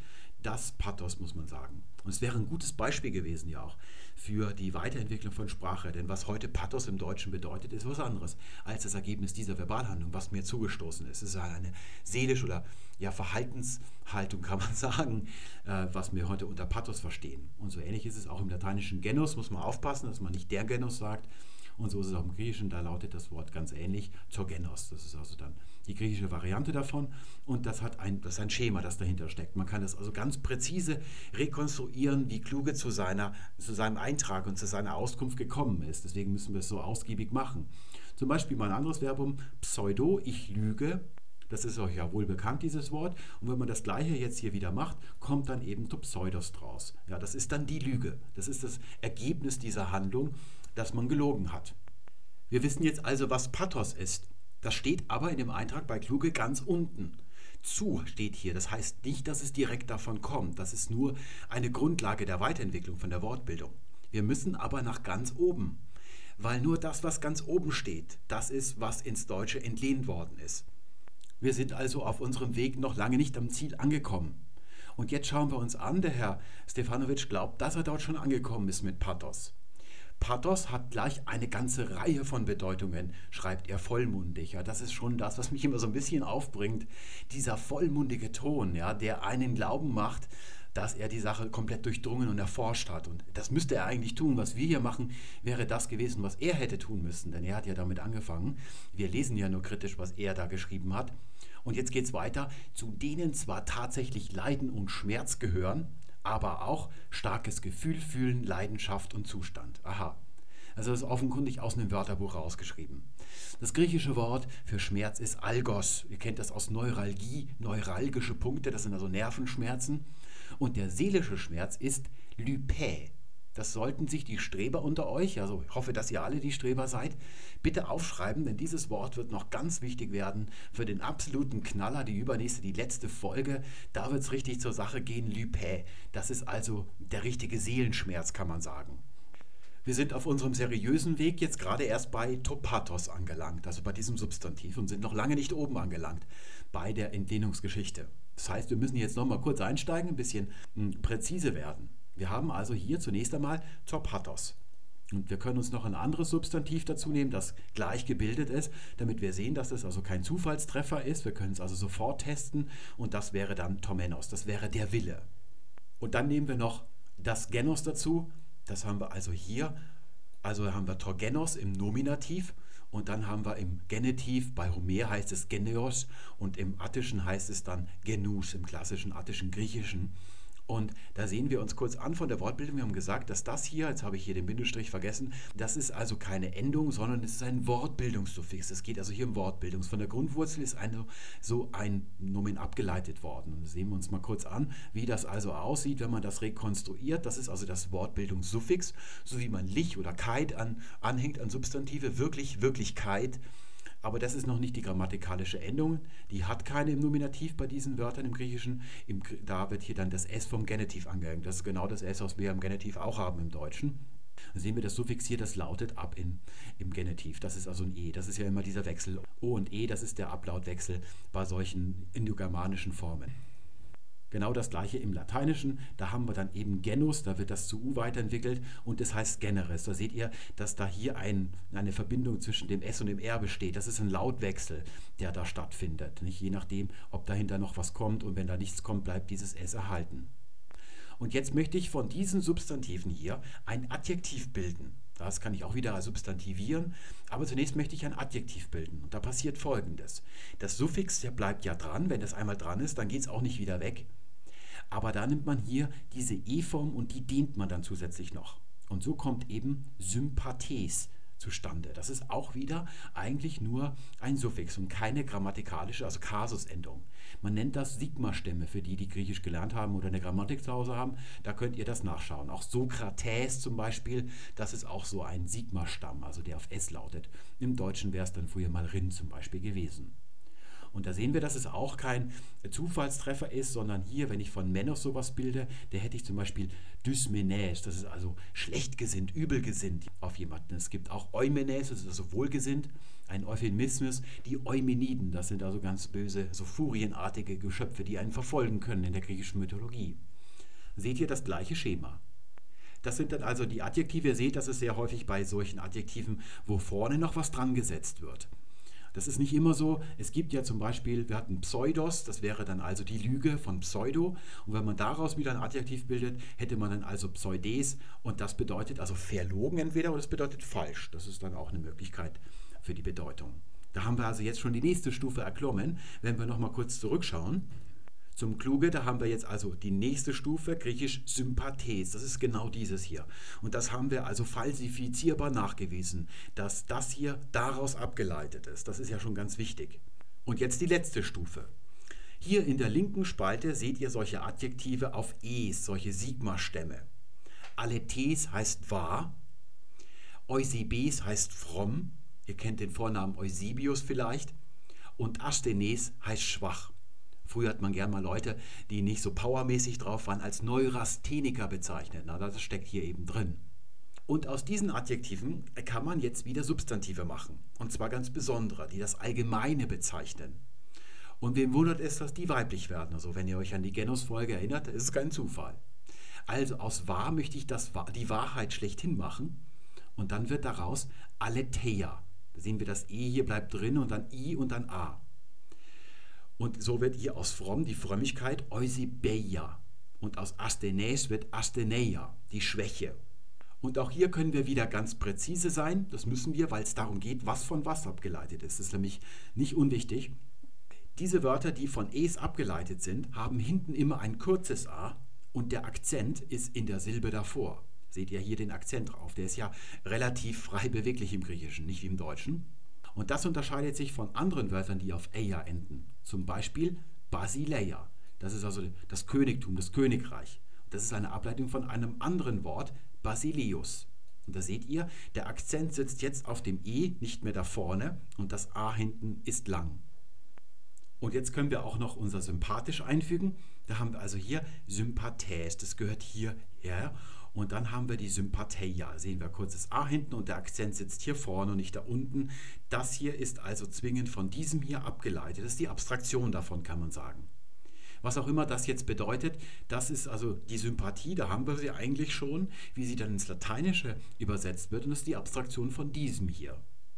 Speaker 1: das Pathos, muss man sagen. Und es wäre ein gutes Beispiel gewesen ja auch für die Weiterentwicklung von Sprache. Denn was heute Pathos im Deutschen bedeutet, ist was anderes als das Ergebnis dieser Verbalhandlung, was mir zugestoßen ist. Es ist eine seelische oder ja, Verhaltenshaltung, kann man sagen, äh, was wir heute unter Pathos verstehen. Und so ähnlich ist es auch im lateinischen Genus, muss man aufpassen, dass man nicht der Genus sagt. Und so ist es auch im Griechischen, da lautet das Wort ganz ähnlich, Zorgenos. Das ist also dann die griechische Variante davon. Und das hat ein, das ist ein Schema, das dahinter steckt. Man kann das also ganz präzise rekonstruieren, wie Kluge zu, seiner, zu seinem Eintrag und zu seiner Auskunft gekommen ist. Deswegen müssen wir es so ausgiebig machen. Zum Beispiel mal ein anderes Verbum, pseudo, ich lüge. Das ist euch ja wohl bekannt, dieses Wort. Und wenn man das Gleiche jetzt hier wieder macht, kommt dann eben to pseudos draus. Ja, das ist dann die Lüge. Das ist das Ergebnis dieser Handlung, dass man gelogen hat. Wir wissen jetzt also, was Pathos ist. Das steht aber in dem Eintrag bei Kluge ganz unten. Zu steht hier. Das heißt nicht, dass es direkt davon kommt. Das ist nur eine Grundlage der Weiterentwicklung von der Wortbildung. Wir müssen aber nach ganz oben. Weil nur das, was ganz oben steht, das ist, was ins Deutsche entlehnt worden ist. Wir sind also auf unserem Weg noch lange nicht am Ziel angekommen. Und jetzt schauen wir uns an, der Herr Stefanovic glaubt, dass er dort schon angekommen ist mit Pathos. Pathos hat gleich eine ganze Reihe von Bedeutungen, schreibt er vollmundig. Ja, das ist schon das, was mich immer so ein bisschen aufbringt. Dieser vollmundige Ton, ja, der einen glauben macht, dass er die Sache komplett durchdrungen und erforscht hat. Und das müsste er eigentlich tun. Was wir hier machen, wäre das gewesen, was er hätte tun müssen. Denn er hat ja damit angefangen. Wir lesen ja nur kritisch, was er da geschrieben hat. Und jetzt geht es weiter. Zu denen zwar tatsächlich Leiden und Schmerz gehören, aber auch starkes Gefühl fühlen, Leidenschaft und Zustand. Aha. Also das ist offenkundig aus einem Wörterbuch rausgeschrieben. Das griechische Wort für Schmerz ist Algos. Ihr kennt das aus Neuralgie, neuralgische Punkte, das sind also Nervenschmerzen. Und der seelische Schmerz ist Lypä. Das sollten sich die Streber unter euch, also ich hoffe, dass ihr alle die Streber seid, bitte aufschreiben, denn dieses Wort wird noch ganz wichtig werden für den absoluten Knaller, die übernächste, die letzte Folge. Da wird es richtig zur Sache gehen, Lypä. Das ist also der richtige Seelenschmerz, kann man sagen. Wir sind auf unserem seriösen Weg jetzt gerade erst bei to pathos angelangt, also bei diesem Substantiv, und sind noch lange nicht oben angelangt bei der Entlehnungsgeschichte. Das heißt, wir müssen jetzt nochmal kurz einsteigen, ein bisschen mh, präzise werden. Wir haben also hier zunächst einmal to pathos. Und wir können uns noch ein anderes Substantiv dazu nehmen, das gleich gebildet ist, damit wir sehen, dass es also kein Zufallstreffer ist. Wir können es also sofort testen und das wäre dann tomenos, das wäre der Wille. Und dann nehmen wir noch das Genos dazu. Das haben wir also hier, also haben wir Torgenos im Nominativ und dann haben wir im Genitiv, bei Homer heißt es Geneos und im Attischen heißt es dann Genus, im klassischen attischen Griechischen. Und da sehen wir uns kurz an von der Wortbildung. Wir haben gesagt, dass das hier, jetzt habe ich hier den Bindestrich vergessen, das ist also keine Endung, sondern es ist ein Wortbildungssuffix. Es geht also hier um Wortbildung. Von der Grundwurzel ist eine, so ein Nomen abgeleitet worden. Und das sehen wir uns mal kurz an, wie das also aussieht, wenn man das rekonstruiert. Das ist also das Wortbildungssuffix, so wie man lich oder keit an, anhängt an Substantive, wirklich, Wirklichkeit. Aber das ist noch nicht die grammatikalische Endung. Die hat keine im Nominativ bei diesen Wörtern im Griechischen. Im, da wird hier dann das S vom Genitiv angehängt. Das ist genau das S, was wir im Genitiv auch haben im Deutschen. Dann sehen wir das Suffix hier, das lautet ab in, im Genitiv. Das ist also ein E. Das ist ja immer dieser Wechsel. O und E, das ist der Ablautwechsel bei solchen indogermanischen Formen. Genau das gleiche im Lateinischen, da haben wir dann eben Genus, da wird das zu U weiterentwickelt und das heißt Generis. Da seht ihr, dass da hier ein, eine Verbindung zwischen dem S und dem R besteht. Das ist ein Lautwechsel, der da stattfindet. Nicht? Je nachdem, ob dahinter noch was kommt und wenn da nichts kommt, bleibt dieses S erhalten. Und jetzt möchte ich von diesen Substantiven hier ein Adjektiv bilden. Das kann ich auch wieder substantivieren, aber zunächst möchte ich ein Adjektiv bilden. Und da passiert Folgendes. Das Suffix, der bleibt ja dran, wenn das einmal dran ist, dann geht es auch nicht wieder weg. Aber da nimmt man hier diese E-Form und die dehnt man dann zusätzlich noch. Und so kommt eben Sympathes zustande. Das ist auch wieder eigentlich nur ein Suffix und keine grammatikalische, also Kasusendung. Man nennt das Sigma-Stämme, für die, die Griechisch gelernt haben oder eine Grammatik zu Hause haben. Da könnt ihr das nachschauen. Auch Sokrates zum Beispiel, das ist auch so ein Sigma-Stamm, also der auf S lautet. Im Deutschen wäre es dann früher mal Rin zum Beispiel gewesen. Und da sehen wir, dass es auch kein Zufallstreffer ist, sondern hier, wenn ich von Menos sowas bilde, der hätte ich zum Beispiel Dysmenes, das ist also schlecht gesinnt, übel gesinnt auf jemanden. Es gibt auch Eumenes, das ist also wohlgesinnt, ein Euphemismus, die Eumeniden, das sind also ganz böse, so furienartige Geschöpfe, die einen verfolgen können in der griechischen Mythologie. seht ihr das gleiche Schema. Das sind dann also die Adjektive. Ihr seht, das ist sehr häufig bei solchen Adjektiven, wo vorne noch was dran gesetzt wird. Das ist nicht immer so. Es gibt ja zum Beispiel, wir hatten Pseudos, das wäre dann also die Lüge von Pseudo. Und wenn man daraus wieder ein Adjektiv bildet, hätte man dann also Pseudes. Und das bedeutet also verlogen entweder oder es bedeutet falsch. Das ist dann auch eine Möglichkeit für die Bedeutung. Da haben wir also jetzt schon die nächste Stufe erklommen. Wenn wir nochmal kurz zurückschauen. Zum Kluge, da haben wir jetzt also die nächste Stufe, griechisch Sympathes, das ist genau dieses hier. Und das haben wir also falsifizierbar nachgewiesen, dass das hier daraus abgeleitet ist. Das ist ja schon ganz wichtig. Und jetzt die letzte Stufe. Hier in der linken Spalte seht ihr solche Adjektive auf Es, solche Sigma-Stämme. Aletes heißt wahr, Eusebes heißt fromm, ihr kennt den Vornamen Eusebius vielleicht, und Asthenes heißt schwach. Früher hat man gern mal Leute, die nicht so powermäßig drauf waren, als Neurastheniker bezeichnet. Na, das steckt hier eben drin. Und aus diesen Adjektiven kann man jetzt wieder Substantive machen. Und zwar ganz besondere, die das Allgemeine bezeichnen. Und wem wundert es, dass die weiblich werden? Also wenn ihr euch an die Genus-Folge erinnert, ist es kein Zufall. Also aus wahr möchte ich das, die Wahrheit schlechthin machen. Und dann wird daraus Aletheia. Da sehen wir, das E hier bleibt drin und dann I und dann A. Und so wird hier aus fromm die Frömmigkeit Eusebeia. Und aus Asthenes wird Astheneia, die Schwäche. Und auch hier können wir wieder ganz präzise sein. Das müssen wir, weil es darum geht, was von was abgeleitet ist. Das ist nämlich nicht unwichtig. Diese Wörter, die von Es abgeleitet sind, haben hinten immer ein kurzes A und der Akzent ist in der Silbe davor. Seht ihr hier den Akzent drauf. Der ist ja relativ frei beweglich im Griechischen, nicht wie im Deutschen. Und das unterscheidet sich von anderen Wörtern, die auf Eia enden. Zum Beispiel Basileia. Das ist also das Königtum, das Königreich. Das ist eine Ableitung von einem anderen Wort, Basileus. Und da seht ihr, der Akzent sitzt jetzt auf dem E, nicht mehr da vorne, und das A hinten ist lang. Und jetzt können wir auch noch unser sympathisch einfügen. Da haben wir also hier Sympathes, das gehört hierher. Und dann haben wir die Sympatheia. Sehen wir kurzes A hinten und der Akzent sitzt hier vorne und nicht da unten. Das hier ist also zwingend von diesem hier abgeleitet. Das ist die Abstraktion davon, kann man sagen. Was auch immer das jetzt bedeutet, das ist also die Sympathie, da haben wir sie eigentlich schon, wie sie dann ins Lateinische übersetzt wird. Und das ist die Abstraktion von diesem hier.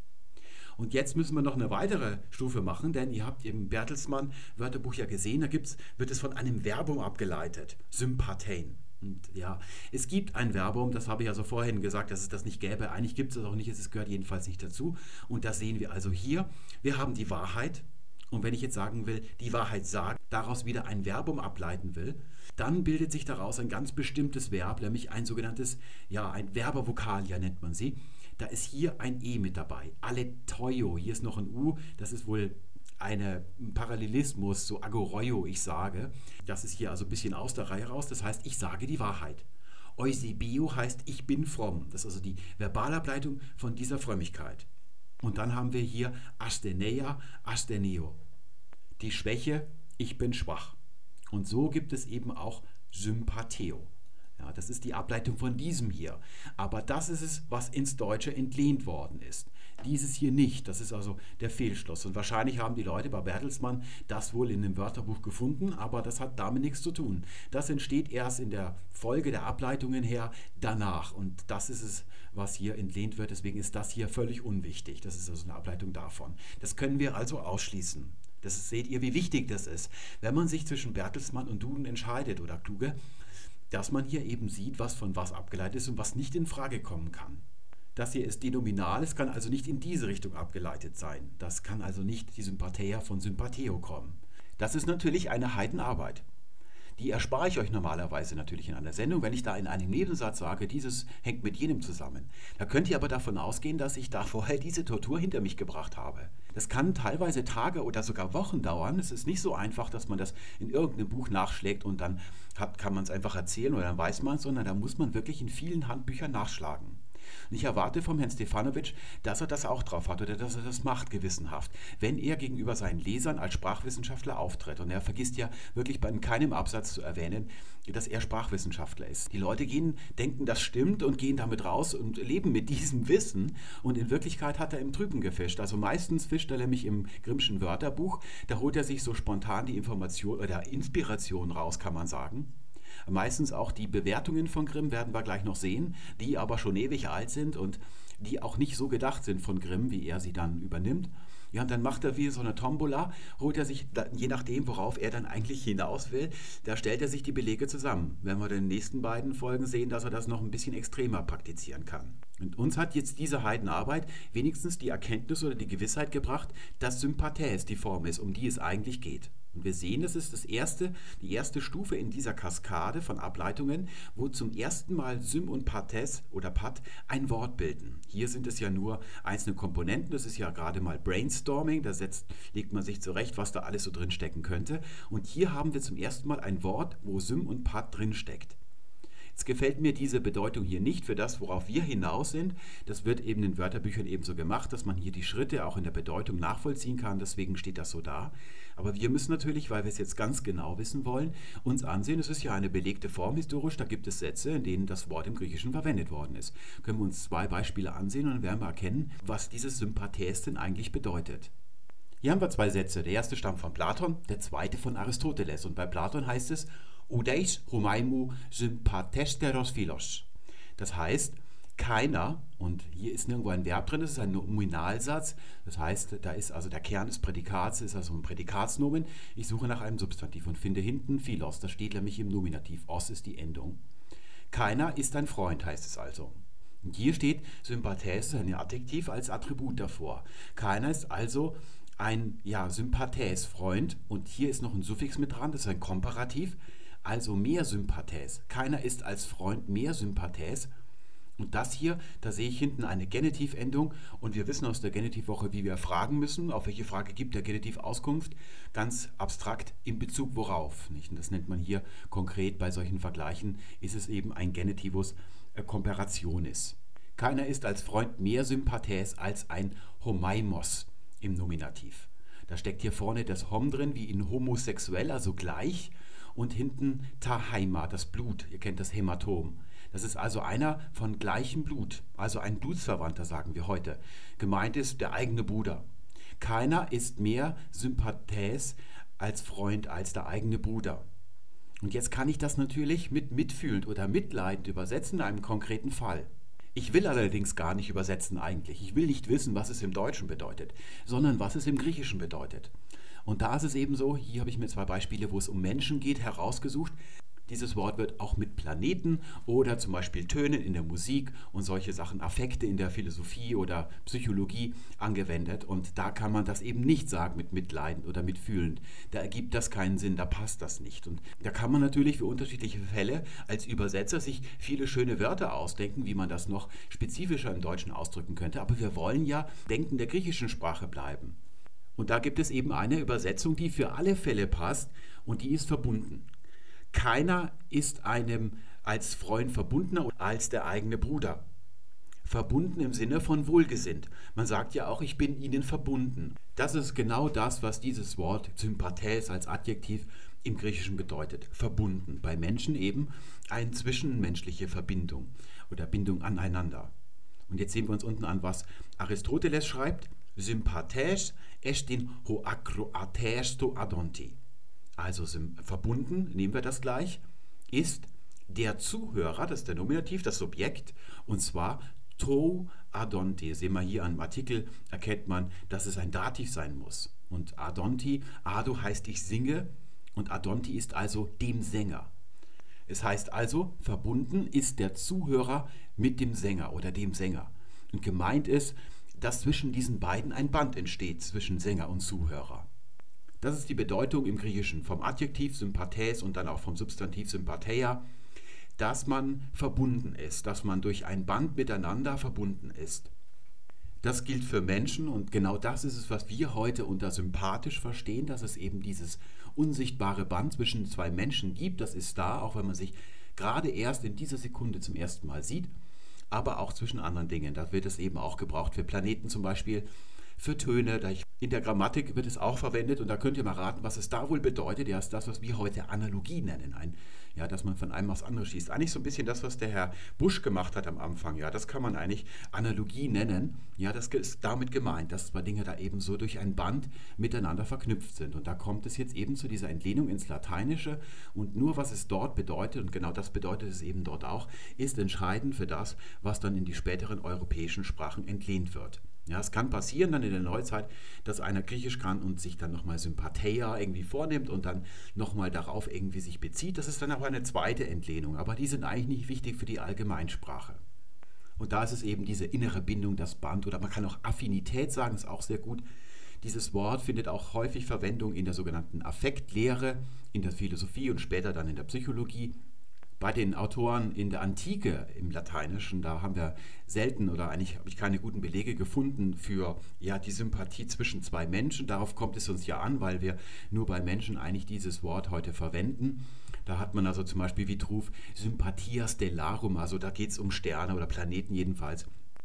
Speaker 1: Und jetzt müssen wir noch eine weitere Stufe machen, denn ihr habt im Bertelsmann Wörterbuch ja gesehen, da gibt's, wird es von einem Verbum abgeleitet, Sympathein. Und ja, es gibt ein Verbum, das habe ich also vorhin gesagt, dass es das nicht gäbe. Eigentlich gibt es das auch nicht, es gehört jedenfalls nicht dazu. Und das sehen wir also hier. Wir haben die Wahrheit. Und wenn ich jetzt sagen will, die Wahrheit sagt, daraus wieder ein Verbum ableiten will, dann bildet sich daraus ein ganz bestimmtes Verb, nämlich ein sogenanntes, ja, ein Verba-Vokalia nennt man sie. Da ist hier ein E mit dabei. Aletheio, hier ist noch ein U, das ist wohl ein Parallelismus, so agoroio, ich sage. Das ist hier also ein bisschen aus der Reihe raus, das heißt, ich sage die Wahrheit. Eusebio heißt, ich bin fromm. Das ist also die Verbalableitung von dieser Frömmigkeit. Und dann haben wir hier Astheneia, Astheneo. Die Schwäche, ich bin schwach. Und so gibt es eben auch Sympatheo. Ja, das ist die Ableitung von diesem hier. Aber das ist es, was ins Deutsche entlehnt worden ist. Dieses hier nicht. Das ist also der Fehlschluss. Und wahrscheinlich haben die Leute bei Bertelsmann das wohl in dem Wörterbuch gefunden, aber das hat damit nichts zu tun. Das entsteht erst in der Folge der Ableitungen her danach. Und das ist es, was hier entlehnt wird. Deswegen ist das hier völlig unwichtig. Das ist also eine Ableitung davon. Das können wir also ausschließen. Das seht ihr, wie wichtig das ist. Wenn man sich zwischen Bertelsmann und Duden entscheidet oder Kluge, dass man hier eben sieht, was von was abgeleitet ist und was nicht in Frage kommen kann. Das hier ist denominal, es kann also nicht in diese Richtung abgeleitet sein. Das kann also nicht die Sympatheia von Sympatheo kommen. Das ist natürlich eine Heidenarbeit. Die erspare ich euch normalerweise natürlich in einer Sendung, wenn ich da in einem Nebensatz sage, dieses hängt mit jenem zusammen. Da könnt ihr aber davon ausgehen, dass ich da vorher diese Tortur hinter mich gebracht habe. Das kann teilweise Tage oder sogar Wochen dauern. Es ist nicht so einfach, dass man das in irgendeinem Buch nachschlägt und dann hat, kann man es einfach erzählen oder dann weiß man es, sondern da muss man wirklich in vielen Handbüchern nachschlagen. Und ich erwarte vom Herrn Stefanovic, dass er das auch drauf hat oder dass er das macht gewissenhaft, wenn er gegenüber seinen Lesern als Sprachwissenschaftler auftritt. Und er vergisst ja wirklich bei keinem Absatz zu erwähnen, dass er Sprachwissenschaftler ist. Die Leute gehen, denken, das stimmt und gehen damit raus und leben mit diesem Wissen. Und in Wirklichkeit hat er im Trüben gefischt. Also meistens fischt er nämlich im Grimmschen Wörterbuch. Da holt er sich so spontan die Information oder Inspiration raus, kann man sagen. Meistens auch die Bewertungen von Grimm werden wir gleich noch sehen, die aber schon ewig alt sind und die auch nicht so gedacht sind von Grimm, wie er sie dann übernimmt. Ja, und dann macht er wie so eine Tombola, holt er sich, je nachdem, worauf er dann eigentlich hinaus will, da stellt er sich die Belege zusammen. Wenn wir in den nächsten beiden Folgen sehen, dass er das noch ein bisschen extremer praktizieren kann. Und uns hat jetzt diese Heidenarbeit wenigstens die Erkenntnis oder die Gewissheit gebracht, dass Sympathèse die Form ist, um die es eigentlich geht. Und wir sehen, es ist das erste, die erste Stufe in dieser Kaskade von Ableitungen, wo zum ersten Mal Sym und Pathèse oder Pat ein Wort bilden. Hier sind es ja nur einzelne Komponenten, das ist ja gerade mal Brainstorming, da setzt, legt man sich zurecht, was da alles so drin stecken könnte. Und hier haben wir zum ersten Mal ein Wort, wo Sym und Pat drin steckt. Jetzt gefällt mir diese Bedeutung hier nicht für das, worauf wir hinaus sind. Das wird eben in Wörterbüchern ebenso gemacht, dass man hier die Schritte auch in der Bedeutung nachvollziehen kann. Deswegen steht das so da. Aber wir müssen natürlich, weil wir es jetzt ganz genau wissen wollen, uns ansehen, es ist ja eine belegte Form historisch, da gibt es Sätze, in denen das Wort im Griechischen verwendet worden ist. Können wir uns zwei Beispiele ansehen und dann werden wir erkennen, was dieses Sympathèse denn eigentlich bedeutet. Hier haben wir zwei Sätze. Der erste stammt von Platon, der zweite von Aristoteles. Und bei Platon heißt es Oudeis homaimou sympathesteros philos. Das heißt, keiner, und hier ist nirgendwo ein Verb drin, das ist ein Nominalsatz, das heißt, da ist also der Kern des Prädikats, ist also ein Prädikatsnomen. Ich suche nach einem Substantiv und finde hinten philos, das steht nämlich im Nominativ, os ist die Endung. Keiner ist ein Freund, heißt es also. Und hier steht Sympathèse, ein Adjektiv als Attribut davor. Keiner ist also ein ja, Sympathèse, Freund, und hier ist noch ein Suffix mit dran, das ist ein Komparativ, also mehr Sympathèse. Keiner ist als Freund mehr Sympathèse. Und das hier, da sehe ich hinten eine Genitivendung und wir wissen aus der Genitivwoche, wie wir fragen müssen, auf welche Frage gibt der Genitiv Auskunft, ganz abstrakt in Bezug worauf. Nicht? Und das nennt man hier konkret bei solchen Vergleichen, ist es eben ein Genitivus äh, comparationis. Keiner ist als Freund mehr Sympathèse als ein Homaimos im Nominativ. Da steckt hier vorne das Hom drin, wie in homosexuell, also gleich, und hinten Taheima, das Blut, ihr kennt das Hämatom. Das ist also einer von gleichem Blut, also ein Blutsverwandter, sagen wir heute. Gemeint ist der eigene Bruder. Keiner ist mehr Sympathèse als Freund als der eigene Bruder. Und jetzt kann ich das natürlich mit mitfühlend oder mitleidend übersetzen in einem konkreten Fall. Ich will allerdings gar nicht übersetzen eigentlich. Ich will nicht wissen, was es im Deutschen bedeutet, sondern was es im Griechischen bedeutet. Und da ist es eben so, hier habe ich mir zwei Beispiele, wo es um Menschen geht, herausgesucht. Dieses Wort wird auch mit Planeten oder zum Beispiel Tönen in der Musik und solche Sachen, Affekte in der Philosophie oder Psychologie angewendet. Und da kann man das eben nicht sagen mit mitleidend oder mitfühlend. Da ergibt das keinen Sinn, da passt das nicht. Und da kann man natürlich für unterschiedliche Fälle als Übersetzer sich viele schöne Wörter ausdenken, wie man das noch spezifischer im Deutschen ausdrücken könnte. Aber wir wollen ja denken der griechischen Sprache bleiben. Und da gibt es eben eine Übersetzung, die für alle Fälle passt und die ist verbunden. Keiner ist einem als Freund verbundener als der eigene Bruder. Verbunden im Sinne von wohlgesinnt. Man sagt ja auch, ich bin ihnen verbunden. Das ist genau das, was dieses Wort Sympathèse als Adjektiv im Griechischen bedeutet. Verbunden. Bei Menschen eben eine zwischenmenschliche Verbindung oder Bindung aneinander. Und jetzt sehen wir uns unten an, was Aristoteles schreibt. Sympathèse estin ho akroatesto adonti. Also verbunden, nehmen wir das gleich, ist der Zuhörer, das ist der Nominativ, das Subjekt, und zwar to adonti. Sehen wir hier am Artikel, erkennt man, dass es ein Dativ sein muss. Und adonti, ado heißt ich singe und adonti ist also dem Sänger. Es heißt also, verbunden ist der Zuhörer mit dem Sänger oder dem Sänger. Und gemeint ist, dass zwischen diesen beiden ein Band entsteht, zwischen Sänger und Zuhörer. Das ist die Bedeutung im Griechischen vom Adjektiv Sympathèse und dann auch vom Substantiv Sympatheia, dass man verbunden ist, dass man durch ein Band miteinander verbunden ist. Das gilt für Menschen und genau das ist es, was wir heute unter sympathisch verstehen, dass es eben dieses unsichtbare Band zwischen zwei Menschen gibt. Das ist da, auch wenn man sich gerade erst in dieser Sekunde zum ersten Mal sieht, aber auch zwischen anderen Dingen. Da wird es eben auch gebraucht für Planeten zum Beispiel. für Töne. In der Grammatik wird es auch verwendet und da könnt ihr mal raten, was es da wohl bedeutet. Ja, ist das, was wir heute Analogie nennen. Ein, ja, dass man von einem aufs andere schießt. Eigentlich so ein bisschen das, was der Herr Busch gemacht hat am Anfang. Ja, das kann man eigentlich Analogie nennen. Ja, das ist damit gemeint, dass zwei Dinge da eben so durch ein Band miteinander verknüpft sind. Und da kommt es jetzt eben zu dieser Entlehnung ins Lateinische. Und nur was es dort bedeutet, und genau das bedeutet es eben dort auch, ist entscheidend für das, was dann in die späteren europäischen Sprachen entlehnt wird. Ja, es kann passieren dann in der Neuzeit, dass einer Griechisch kann und sich dann nochmal Sympatheia irgendwie vornimmt und dann nochmal darauf irgendwie sich bezieht. Das ist dann aber eine zweite Entlehnung, aber die sind eigentlich nicht wichtig für die Allgemeinsprache. Und da ist es eben diese innere Bindung, das Band, oder man kann auch Affinität sagen, ist auch sehr gut. Dieses Wort findet auch häufig Verwendung in der sogenannten Affektlehre, in der Philosophie und später dann in der Psychologie. Bei den Autoren in der Antike im Lateinischen, da haben wir selten oder eigentlich habe ich keine guten Belege gefunden für ja, die Sympathie zwischen zwei Menschen. Darauf kommt es uns ja an, weil wir nur bei Menschen eigentlich dieses Wort heute verwenden. Da hat man also zum Beispiel Vitruv Sympathia Stellarum, also da geht es um Sterne oder Planeten jedenfalls.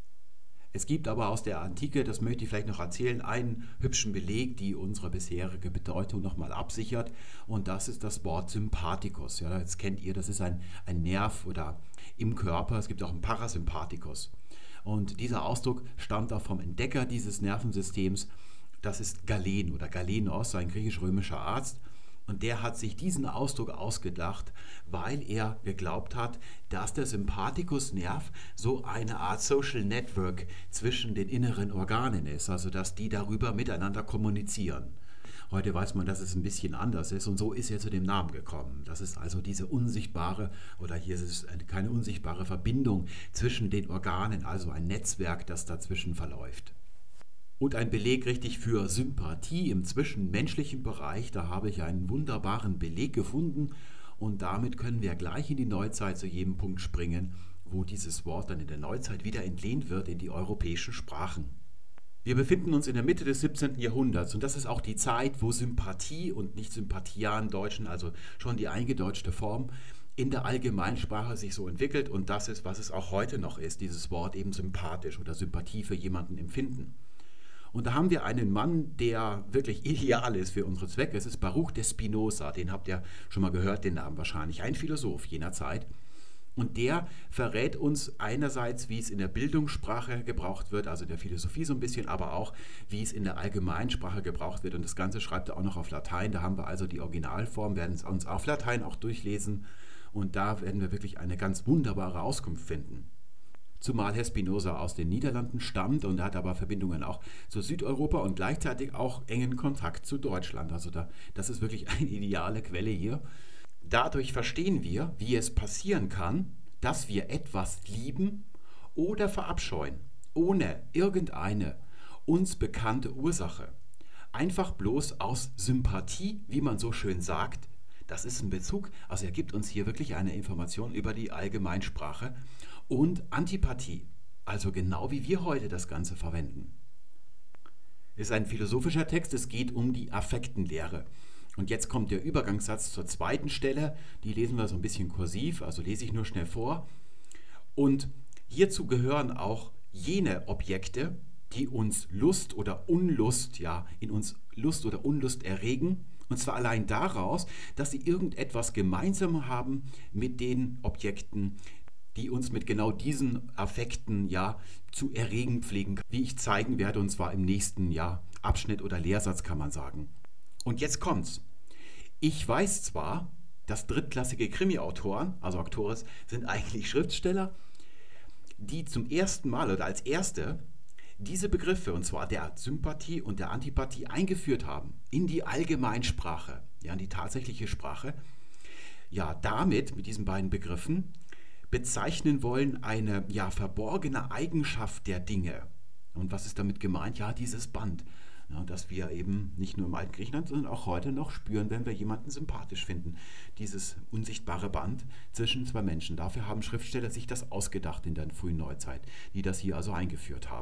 Speaker 1: Es gibt aber aus der Antike, das möchte ich vielleicht noch erzählen, einen hübschen Beleg, die unsere bisherige Bedeutung nochmal absichert. Und das ist das Wort Sympathikus. Ja, jetzt kennt ihr, das ist ein, ein Nerv oder im Körper. Es gibt auch einen Parasympathikus. Und dieser Ausdruck stammt auch vom Entdecker dieses Nervensystems. Das ist Galen oder Galenos, ein griechisch-römischer Arzt. Und der hat sich diesen Ausdruck ausgedacht, weil er geglaubt hat, dass der Sympathikusnerv so eine Art Social Network zwischen den inneren Organen ist, also dass die darüber miteinander kommunizieren. Heute weiß man, dass es ein bisschen anders ist und so ist er zu dem Namen gekommen. Das ist also diese unsichtbare, oder hier ist es keine unsichtbare Verbindung zwischen den Organen, also ein Netzwerk, das dazwischen verläuft. Und ein Beleg richtig für Sympathie im zwischenmenschlichen Bereich, da habe ich einen wunderbaren Beleg gefunden und damit können wir gleich in die Neuzeit zu jedem Punkt springen, wo dieses Wort dann in der Neuzeit wieder entlehnt wird in die europäischen Sprachen. Wir befinden uns in der Mitte des siebzehnten Jahrhunderts und das ist auch die Zeit, wo Sympathie und nicht Sympathia im Deutschen, also schon die eingedeutschte Form, in der Allgemeinsprache sich so entwickelt und das ist, was es auch heute noch ist, dieses Wort eben sympathisch oder Sympathie für jemanden empfinden. Und da haben wir einen Mann, der wirklich ideal ist für unsere Zwecke. Es ist Baruch de Spinoza, den habt ihr schon mal gehört, den Namen wahrscheinlich. Ein Philosoph jener Zeit. Und der verrät uns einerseits, wie es in der Bildungssprache gebraucht wird, also in der Philosophie so ein bisschen, aber auch, wie es in der Allgemeinsprache gebraucht wird. Und das Ganze schreibt er auch noch auf Latein. Da haben wir also die Originalform, werden es uns auf Latein auch durchlesen. Und da werden wir wirklich eine ganz wunderbare Auskunft finden. Zumal Herr Spinoza aus den Niederlanden stammt und er hat aber Verbindungen auch zu Südeuropa und gleichzeitig auch engen Kontakt zu Deutschland. Also da, das ist wirklich eine ideale Quelle hier. Dadurch verstehen wir, wie es passieren kann, dass wir etwas lieben oder verabscheuen, ohne irgendeine uns bekannte Ursache. Einfach bloß aus Sympathie, wie man so schön sagt. Das ist ein Bezug, also er gibt uns hier wirklich eine Information über die Allgemeinsprache. Und Antipathie, also genau wie wir heute das Ganze verwenden. Es ist ein philosophischer Text, es geht um die Affektenlehre. Und jetzt kommt der Übergangssatz zur zweiten Stelle, die lesen wir so ein bisschen kursiv, also lese ich nur schnell vor. Und hierzu gehören auch jene Objekte, die uns Lust oder Unlust, ja, in uns Lust oder Unlust erregen. Und zwar allein daraus, dass sie irgendetwas gemeinsam haben mit den Objekten, die uns mit genau diesen Affekten ja zu erregen pflegen, wie ich zeigen werde, und zwar im nächsten ja, Abschnitt oder Lehrsatz kann man sagen. Und jetzt kommt's. Ich weiß zwar, dass drittklassige Krimi-Autoren, also Autores, sind eigentlich Schriftsteller, die zum ersten Mal oder als erste diese Begriffe, und zwar der Sympathie und der Antipathie, eingeführt haben in die Allgemeinsprache, ja, in die tatsächliche Sprache. Ja, damit, mit diesen beiden Begriffen, bezeichnen wollen eine ja, verborgene Eigenschaft der Dinge. Und was ist damit gemeint? Ja, dieses Band, ja, das wir eben nicht nur im alten Griechenland, sondern auch heute noch spüren, wenn wir jemanden sympathisch finden. Dieses unsichtbare Band zwischen zwei Menschen. Dafür haben Schriftsteller sich das ausgedacht in der frühen Neuzeit, die das hier also eingeführt haben.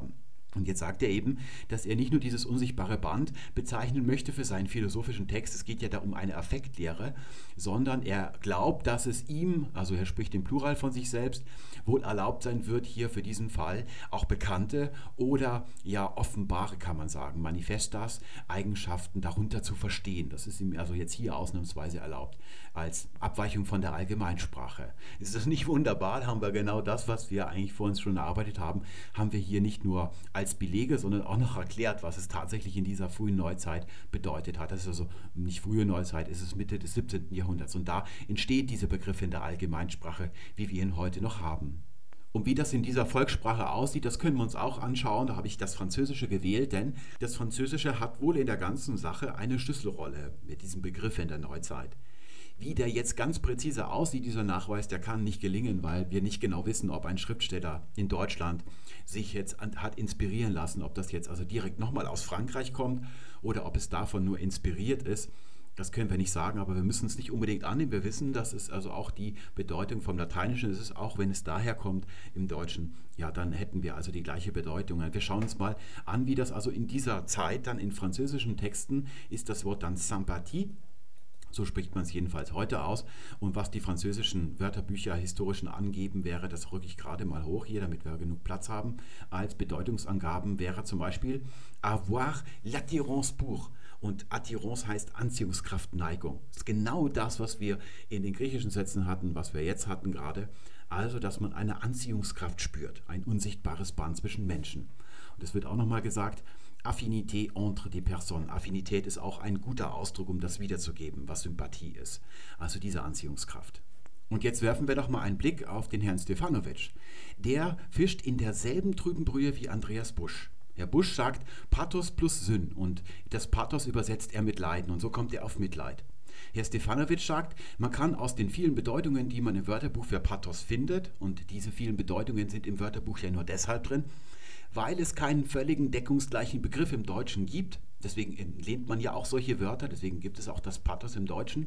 Speaker 1: Und jetzt sagt er eben, dass er nicht nur dieses unsichtbare Band bezeichnen möchte für seinen philosophischen Text, es geht ja da um eine Affektlehre, sondern er glaubt, dass es ihm, also er spricht im Plural von sich selbst, wohl erlaubt sein wird, hier für diesen Fall auch bekannte oder ja offenbare, kann man sagen, Manifestas, Eigenschaften darunter zu verstehen. Das ist ihm also jetzt hier ausnahmsweise erlaubt, als Abweichung von der Allgemeinsprache. Ist das nicht wunderbar? Haben wir genau das, was wir eigentlich vor uns schon erarbeitet haben, haben wir hier nicht nur als Belege, sondern auch noch erklärt, was es tatsächlich in dieser frühen Neuzeit bedeutet hat. Das ist also nicht frühe Neuzeit, es ist Mitte des siebzehnten. Jahrhunderts. Und da entsteht dieser Begriff in der Allgemeinsprache, wie wir ihn heute noch haben. Und wie das in dieser Volkssprache aussieht, das können wir uns auch anschauen. Da habe ich das Französische gewählt, denn das Französische hat wohl in der ganzen Sache eine Schlüsselrolle mit diesem Begriff in der Neuzeit. Wie der jetzt ganz präzise aussieht, dieser Nachweis, der kann nicht gelingen, weil wir nicht genau wissen, ob ein Schriftsteller in Deutschland sich jetzt hat inspirieren lassen, ob das jetzt also direkt nochmal aus Frankreich kommt oder ob es davon nur inspiriert ist. Das können wir nicht sagen, aber wir müssen es nicht unbedingt annehmen. Wir wissen, dass es also auch die Bedeutung vom Lateinischen ist, auch wenn es daher kommt im Deutschen. Ja, dann hätten wir also die gleiche Bedeutung. Wir schauen uns mal an, wie das also in dieser Zeit dann in französischen Texten ist das Wort dann Sympathie. So spricht man es jedenfalls heute aus. Und was die französischen Wörterbücher historischen angeben wäre, das rücke ich gerade mal hoch hier, damit wir genug Platz haben. Als Bedeutungsangaben wäre zum Beispiel avoir l'attirance pour. Und Attirance heißt Anziehungskraft, Neigung. Das ist genau das, was wir in den griechischen Sätzen hatten, was wir jetzt hatten gerade. Also, dass man eine Anziehungskraft spürt, ein unsichtbares Band zwischen Menschen. Und es wird auch nochmal gesagt, Affinité entre des personnes. Affinität ist auch ein guter Ausdruck, um das wiederzugeben, was Sympathie ist. Also diese Anziehungskraft. Und jetzt werfen wir doch mal einen Blick auf den Herrn Stefanovic. Der fischt in derselben trüben Brühe wie Andreas Busch. Herr Busch sagt Pathos plus Sinn und das Pathos übersetzt er mit Leiden und so kommt er auf Mitleid. Herr Stefanovic sagt, man kann aus den vielen Bedeutungen, die man im Wörterbuch für Pathos findet, und diese vielen Bedeutungen sind im Wörterbuch ja nur deshalb drin, weil es keinen völligen deckungsgleichen Begriff im Deutschen gibt. Deswegen entlehnt man ja auch solche Wörter, deswegen gibt es auch das Pathos im Deutschen.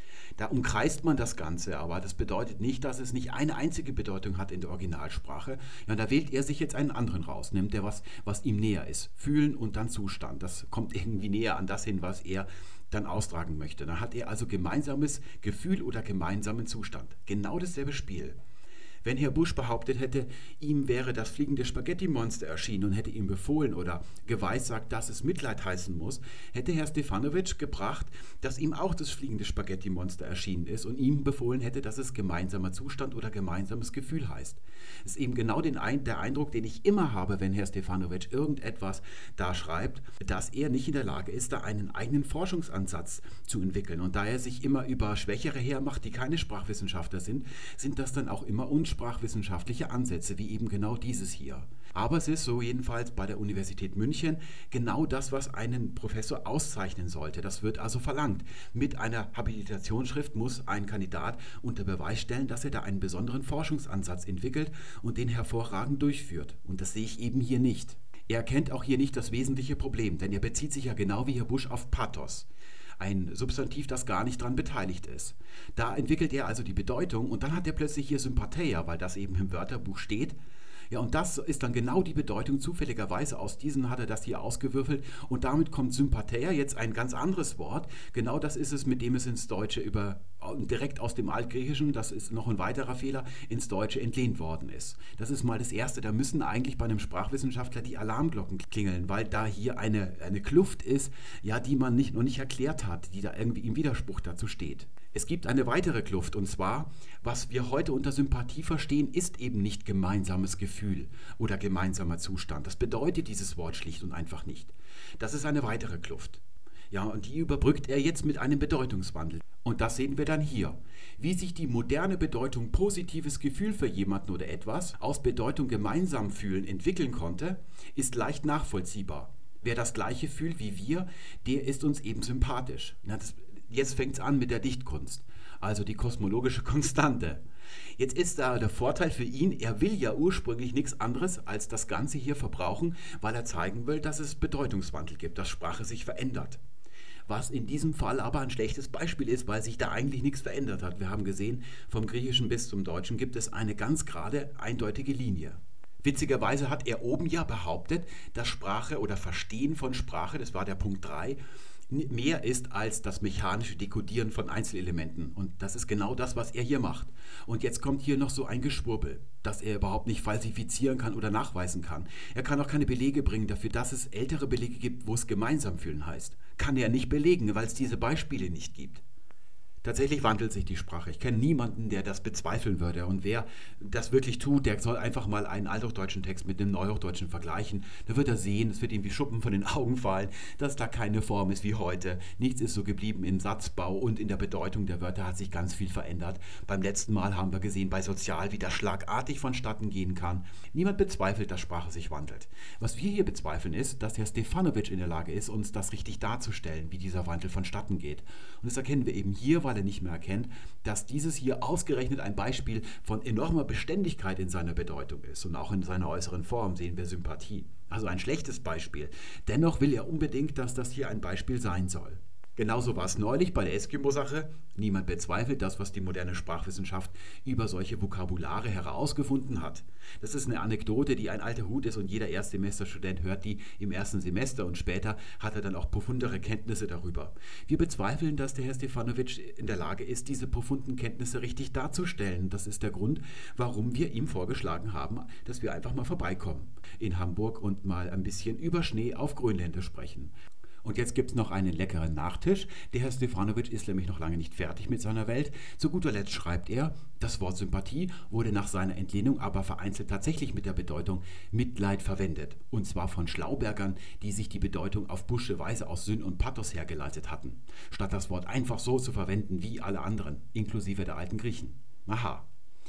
Speaker 1: Da umkreist man das Ganze, aber das bedeutet nicht, dass es nicht eine einzige Bedeutung hat in der Originalsprache. Ja, da wählt er sich jetzt einen anderen raus, nimmt er was, was ihm näher ist. Fühlen und dann Zustand. Das kommt irgendwie näher an das hin, was er dann austragen möchte. Dann hat er also gemeinsames Gefühl oder gemeinsamen Zustand. Genau dasselbe Spiel. Wenn Herr Busch behauptet hätte, ihm wäre das fliegende Spaghetti-Monster erschienen und hätte ihm befohlen oder geweissagt, dass es Mitleid heißen muss, hätte Herr Stefanovic gebracht, dass ihm auch das fliegende Spaghetti-Monster erschienen ist und ihm befohlen hätte, dass es gemeinsamer Zustand oder gemeinsames Gefühl heißt. Das ist eben genau den Ein- der Eindruck, den ich immer habe, wenn Herr Stefanovic irgendetwas da schreibt, dass er nicht in der Lage ist, da einen eigenen Forschungsansatz zu entwickeln. Und da er sich immer über Schwächere hermacht, die keine Sprachwissenschaftler sind, sind das dann auch immer unsprachwissenschaftliche Ansätze, wie eben genau dieses hier. Aber es ist so jedenfalls bei der Universität München genau das, was einen Professor auszeichnen sollte. Das wird also verlangt. Mit einer Habilitationsschrift muss ein Kandidat unter Beweis stellen, dass er da einen besonderen Forschungsansatz entwickelt und den hervorragend durchführt. Und das sehe ich eben hier nicht. Er erkennt auch hier nicht das wesentliche Problem, denn er bezieht sich ja genau wie Herr Busch auf Pathos. Ein Substantiv, das gar nicht daran beteiligt ist. Da entwickelt er also die Bedeutung und dann hat er plötzlich hier Sympatheia, weil das eben im Wörterbuch steht. Ja, und das ist dann genau die Bedeutung, zufälligerweise aus diesen hat er das hier ausgewürfelt und damit kommt Sympatheia, jetzt ein ganz anderes Wort. Genau das ist es, mit dem es ins Deutsche über, direkt aus dem Altgriechischen, das ist noch ein weiterer Fehler, ins Deutsche entlehnt worden ist. Das ist mal das Erste, da müssen eigentlich bei einem Sprachwissenschaftler die Alarmglocken klingeln, weil da hier eine, eine Kluft ist, ja, die man nicht, noch nicht erklärt hat, die da irgendwie im Widerspruch dazu steht. Es gibt eine weitere Kluft und zwar, was wir heute unter Sympathie verstehen, ist eben nicht gemeinsames Gefühl oder gemeinsamer Zustand. Das bedeutet dieses Wort schlicht und einfach nicht. Das ist eine weitere Kluft. Ja, und die überbrückt er jetzt mit einem Bedeutungswandel. Und das sehen wir dann hier. Wie sich die moderne Bedeutung positives Gefühl für jemanden oder etwas aus Bedeutung gemeinsam fühlen entwickeln konnte, ist leicht nachvollziehbar. Wer das Gleiche fühlt wie wir, der ist uns eben sympathisch. Ja, das Jetzt fängt es an mit der Dichtkunst, also die kosmologische Konstante. Jetzt ist da der Vorteil für ihn, er will ja ursprünglich nichts anderes als das Ganze hier verbrauchen, weil er zeigen will, dass es Bedeutungswandel gibt, dass Sprache sich verändert. Was in diesem Fall aber ein schlechtes Beispiel ist, weil sich da eigentlich nichts verändert hat. Wir haben gesehen, vom Griechischen bis zum Deutschen gibt es eine ganz gerade, eindeutige Linie. Witzigerweise hat er oben ja behauptet, dass Sprache oder Verstehen von Sprache, das war der Punkt drei, mehr ist als das mechanische Dekodieren von Einzelelementen. Und das ist genau das, was er hier macht. Und jetzt kommt hier noch so ein Geschwurbel, dass er überhaupt nicht falsifizieren kann oder nachweisen kann. Er kann auch keine Belege bringen dafür, dass es ältere Belege gibt, wo es gemeinsam fühlen heißt. Kann er nicht belegen, weil es diese Beispiele nicht gibt. Tatsächlich wandelt sich die Sprache. Ich kenne niemanden, der das bezweifeln würde. Und wer das wirklich tut, der soll einfach mal einen althochdeutschen Text mit einem neuhochdeutschen vergleichen. Da wird er sehen, es wird ihm wie Schuppen von den Augen fallen, dass da keine Form ist wie heute. Nichts ist so geblieben im Satzbau und in der Bedeutung der Wörter hat sich ganz viel verändert. Beim letzten Mal haben wir gesehen bei Sozial, wie das schlagartig vonstatten gehen kann. Niemand bezweifelt, dass Sprache sich wandelt. Was wir hier bezweifeln ist, dass Herr Stefanovic in der Lage ist, uns das richtig darzustellen, wie dieser Wandel vonstatten geht. Und das erkennen wir eben hier, weil er nicht mehr erkennt, dass dieses hier ausgerechnet ein Beispiel von enormer Beständigkeit in seiner Bedeutung ist. Und auch in seiner äußeren Form sehen wir Sympathie. Also ein schlechtes Beispiel. Dennoch will er unbedingt, dass das hier ein Beispiel sein soll. Genauso war es neulich bei der Eskimo-Sache. Niemand bezweifelt das, was die moderne Sprachwissenschaft über solche Vokabulare herausgefunden hat. Das ist eine Anekdote, die ein alter Hut ist und jeder Erstsemesterstudent hört die im ersten Semester und später hat er dann auch profundere Kenntnisse darüber. Wir bezweifeln, dass der Herr Stefanovic in der Lage ist, diese profunden Kenntnisse richtig darzustellen. Das ist der Grund, warum wir ihm vorgeschlagen haben, dass wir einfach mal vorbeikommen in Hamburg und mal ein bisschen über Schnee auf Grönländisch sprechen. Und jetzt gibt es noch einen leckeren Nachtisch. Der Herr Stefanovic ist nämlich noch lange nicht fertig mit seiner Welt. Zu guter Letzt schreibt er, das Wort Sympathie wurde nach seiner Entlehnung aber vereinzelt tatsächlich mit der Bedeutung Mitleid verwendet. Und zwar von Schlaubergern, die sich die Bedeutung auf Buschsche Weise aus Sinn und Pathos hergeleitet hatten. Statt das Wort einfach so zu verwenden wie alle anderen, inklusive der alten Griechen. Aha.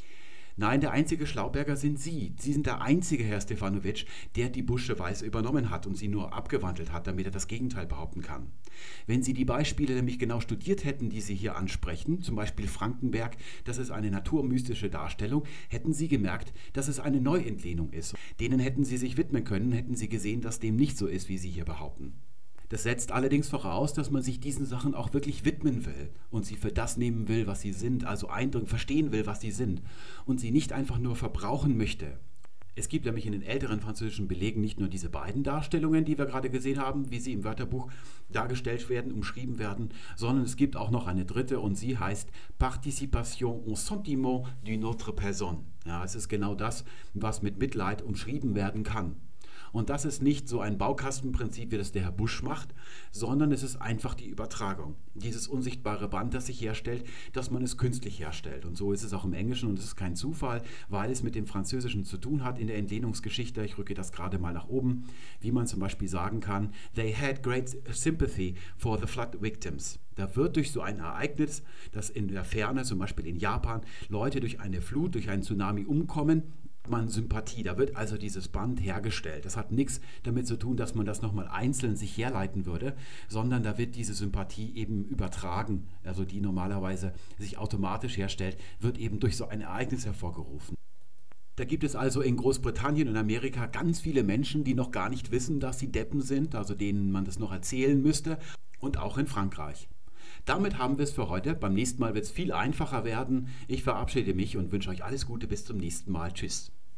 Speaker 1: Nein, der einzige Schlauberger sind Sie. Sie sind der einzige Herr Stefanovic, der die Buschsche Weise übernommen hat und sie nur abgewandelt hat, damit er das Gegenteil behaupten kann. Wenn Sie die Beispiele nämlich genau studiert hätten, die Sie hier ansprechen, zum Beispiel Frankenberg, das ist eine naturmystische Darstellung, hätten Sie gemerkt, dass es eine Neuentlehnung ist. Denen hätten Sie sich widmen können, hätten Sie gesehen, dass dem nicht so ist, wie Sie hier behaupten. Das setzt allerdings voraus, dass man sich diesen Sachen auch wirklich widmen will und sie für das nehmen will, was sie sind, also eindringen, verstehen will, was sie sind und sie nicht einfach nur verbrauchen möchte. Es gibt nämlich in den älteren französischen Belegen nicht nur diese beiden Darstellungen, die wir gerade gesehen haben, wie sie im Wörterbuch dargestellt werden, umschrieben werden, sondern es gibt auch noch eine dritte und sie heißt Participation au sentiment d'une autre personne. Ja, es ist genau das, was mit Mitleid umschrieben werden kann. Und das ist nicht so ein Baukastenprinzip, wie das der Herr Busch macht, sondern es ist einfach die Übertragung. Dieses unsichtbare Band, das sich herstellt, dass man es künstlich herstellt. Und so ist es auch im Englischen und es ist kein Zufall, weil es mit dem Französischen zu tun hat in der Entlehnungsgeschichte. Ich rücke das gerade mal nach oben, wie man zum Beispiel sagen kann, they had great sympathy for the flood victims. Da wird durch so ein Ereignis, dass in der Ferne, zum Beispiel in Japan, Leute durch eine Flut, durch einen Tsunami umkommen, man Sympathie. Da wird also dieses Band hergestellt. Das hat nichts damit zu tun, dass man das nochmal einzeln sich herleiten würde, sondern da wird diese Sympathie eben übertragen, also die normalerweise sich automatisch herstellt, wird eben durch so ein Ereignis hervorgerufen. Da gibt es also in Großbritannien und Amerika ganz viele Menschen, die noch gar nicht wissen, dass sie Deppen sind, also denen man das noch erzählen müsste, und auch in Frankreich. Damit haben wir es für heute. Beim nächsten Mal wird es viel einfacher werden. Ich verabschiede mich und wünsche euch alles Gute. Bis zum nächsten Mal. Tschüss.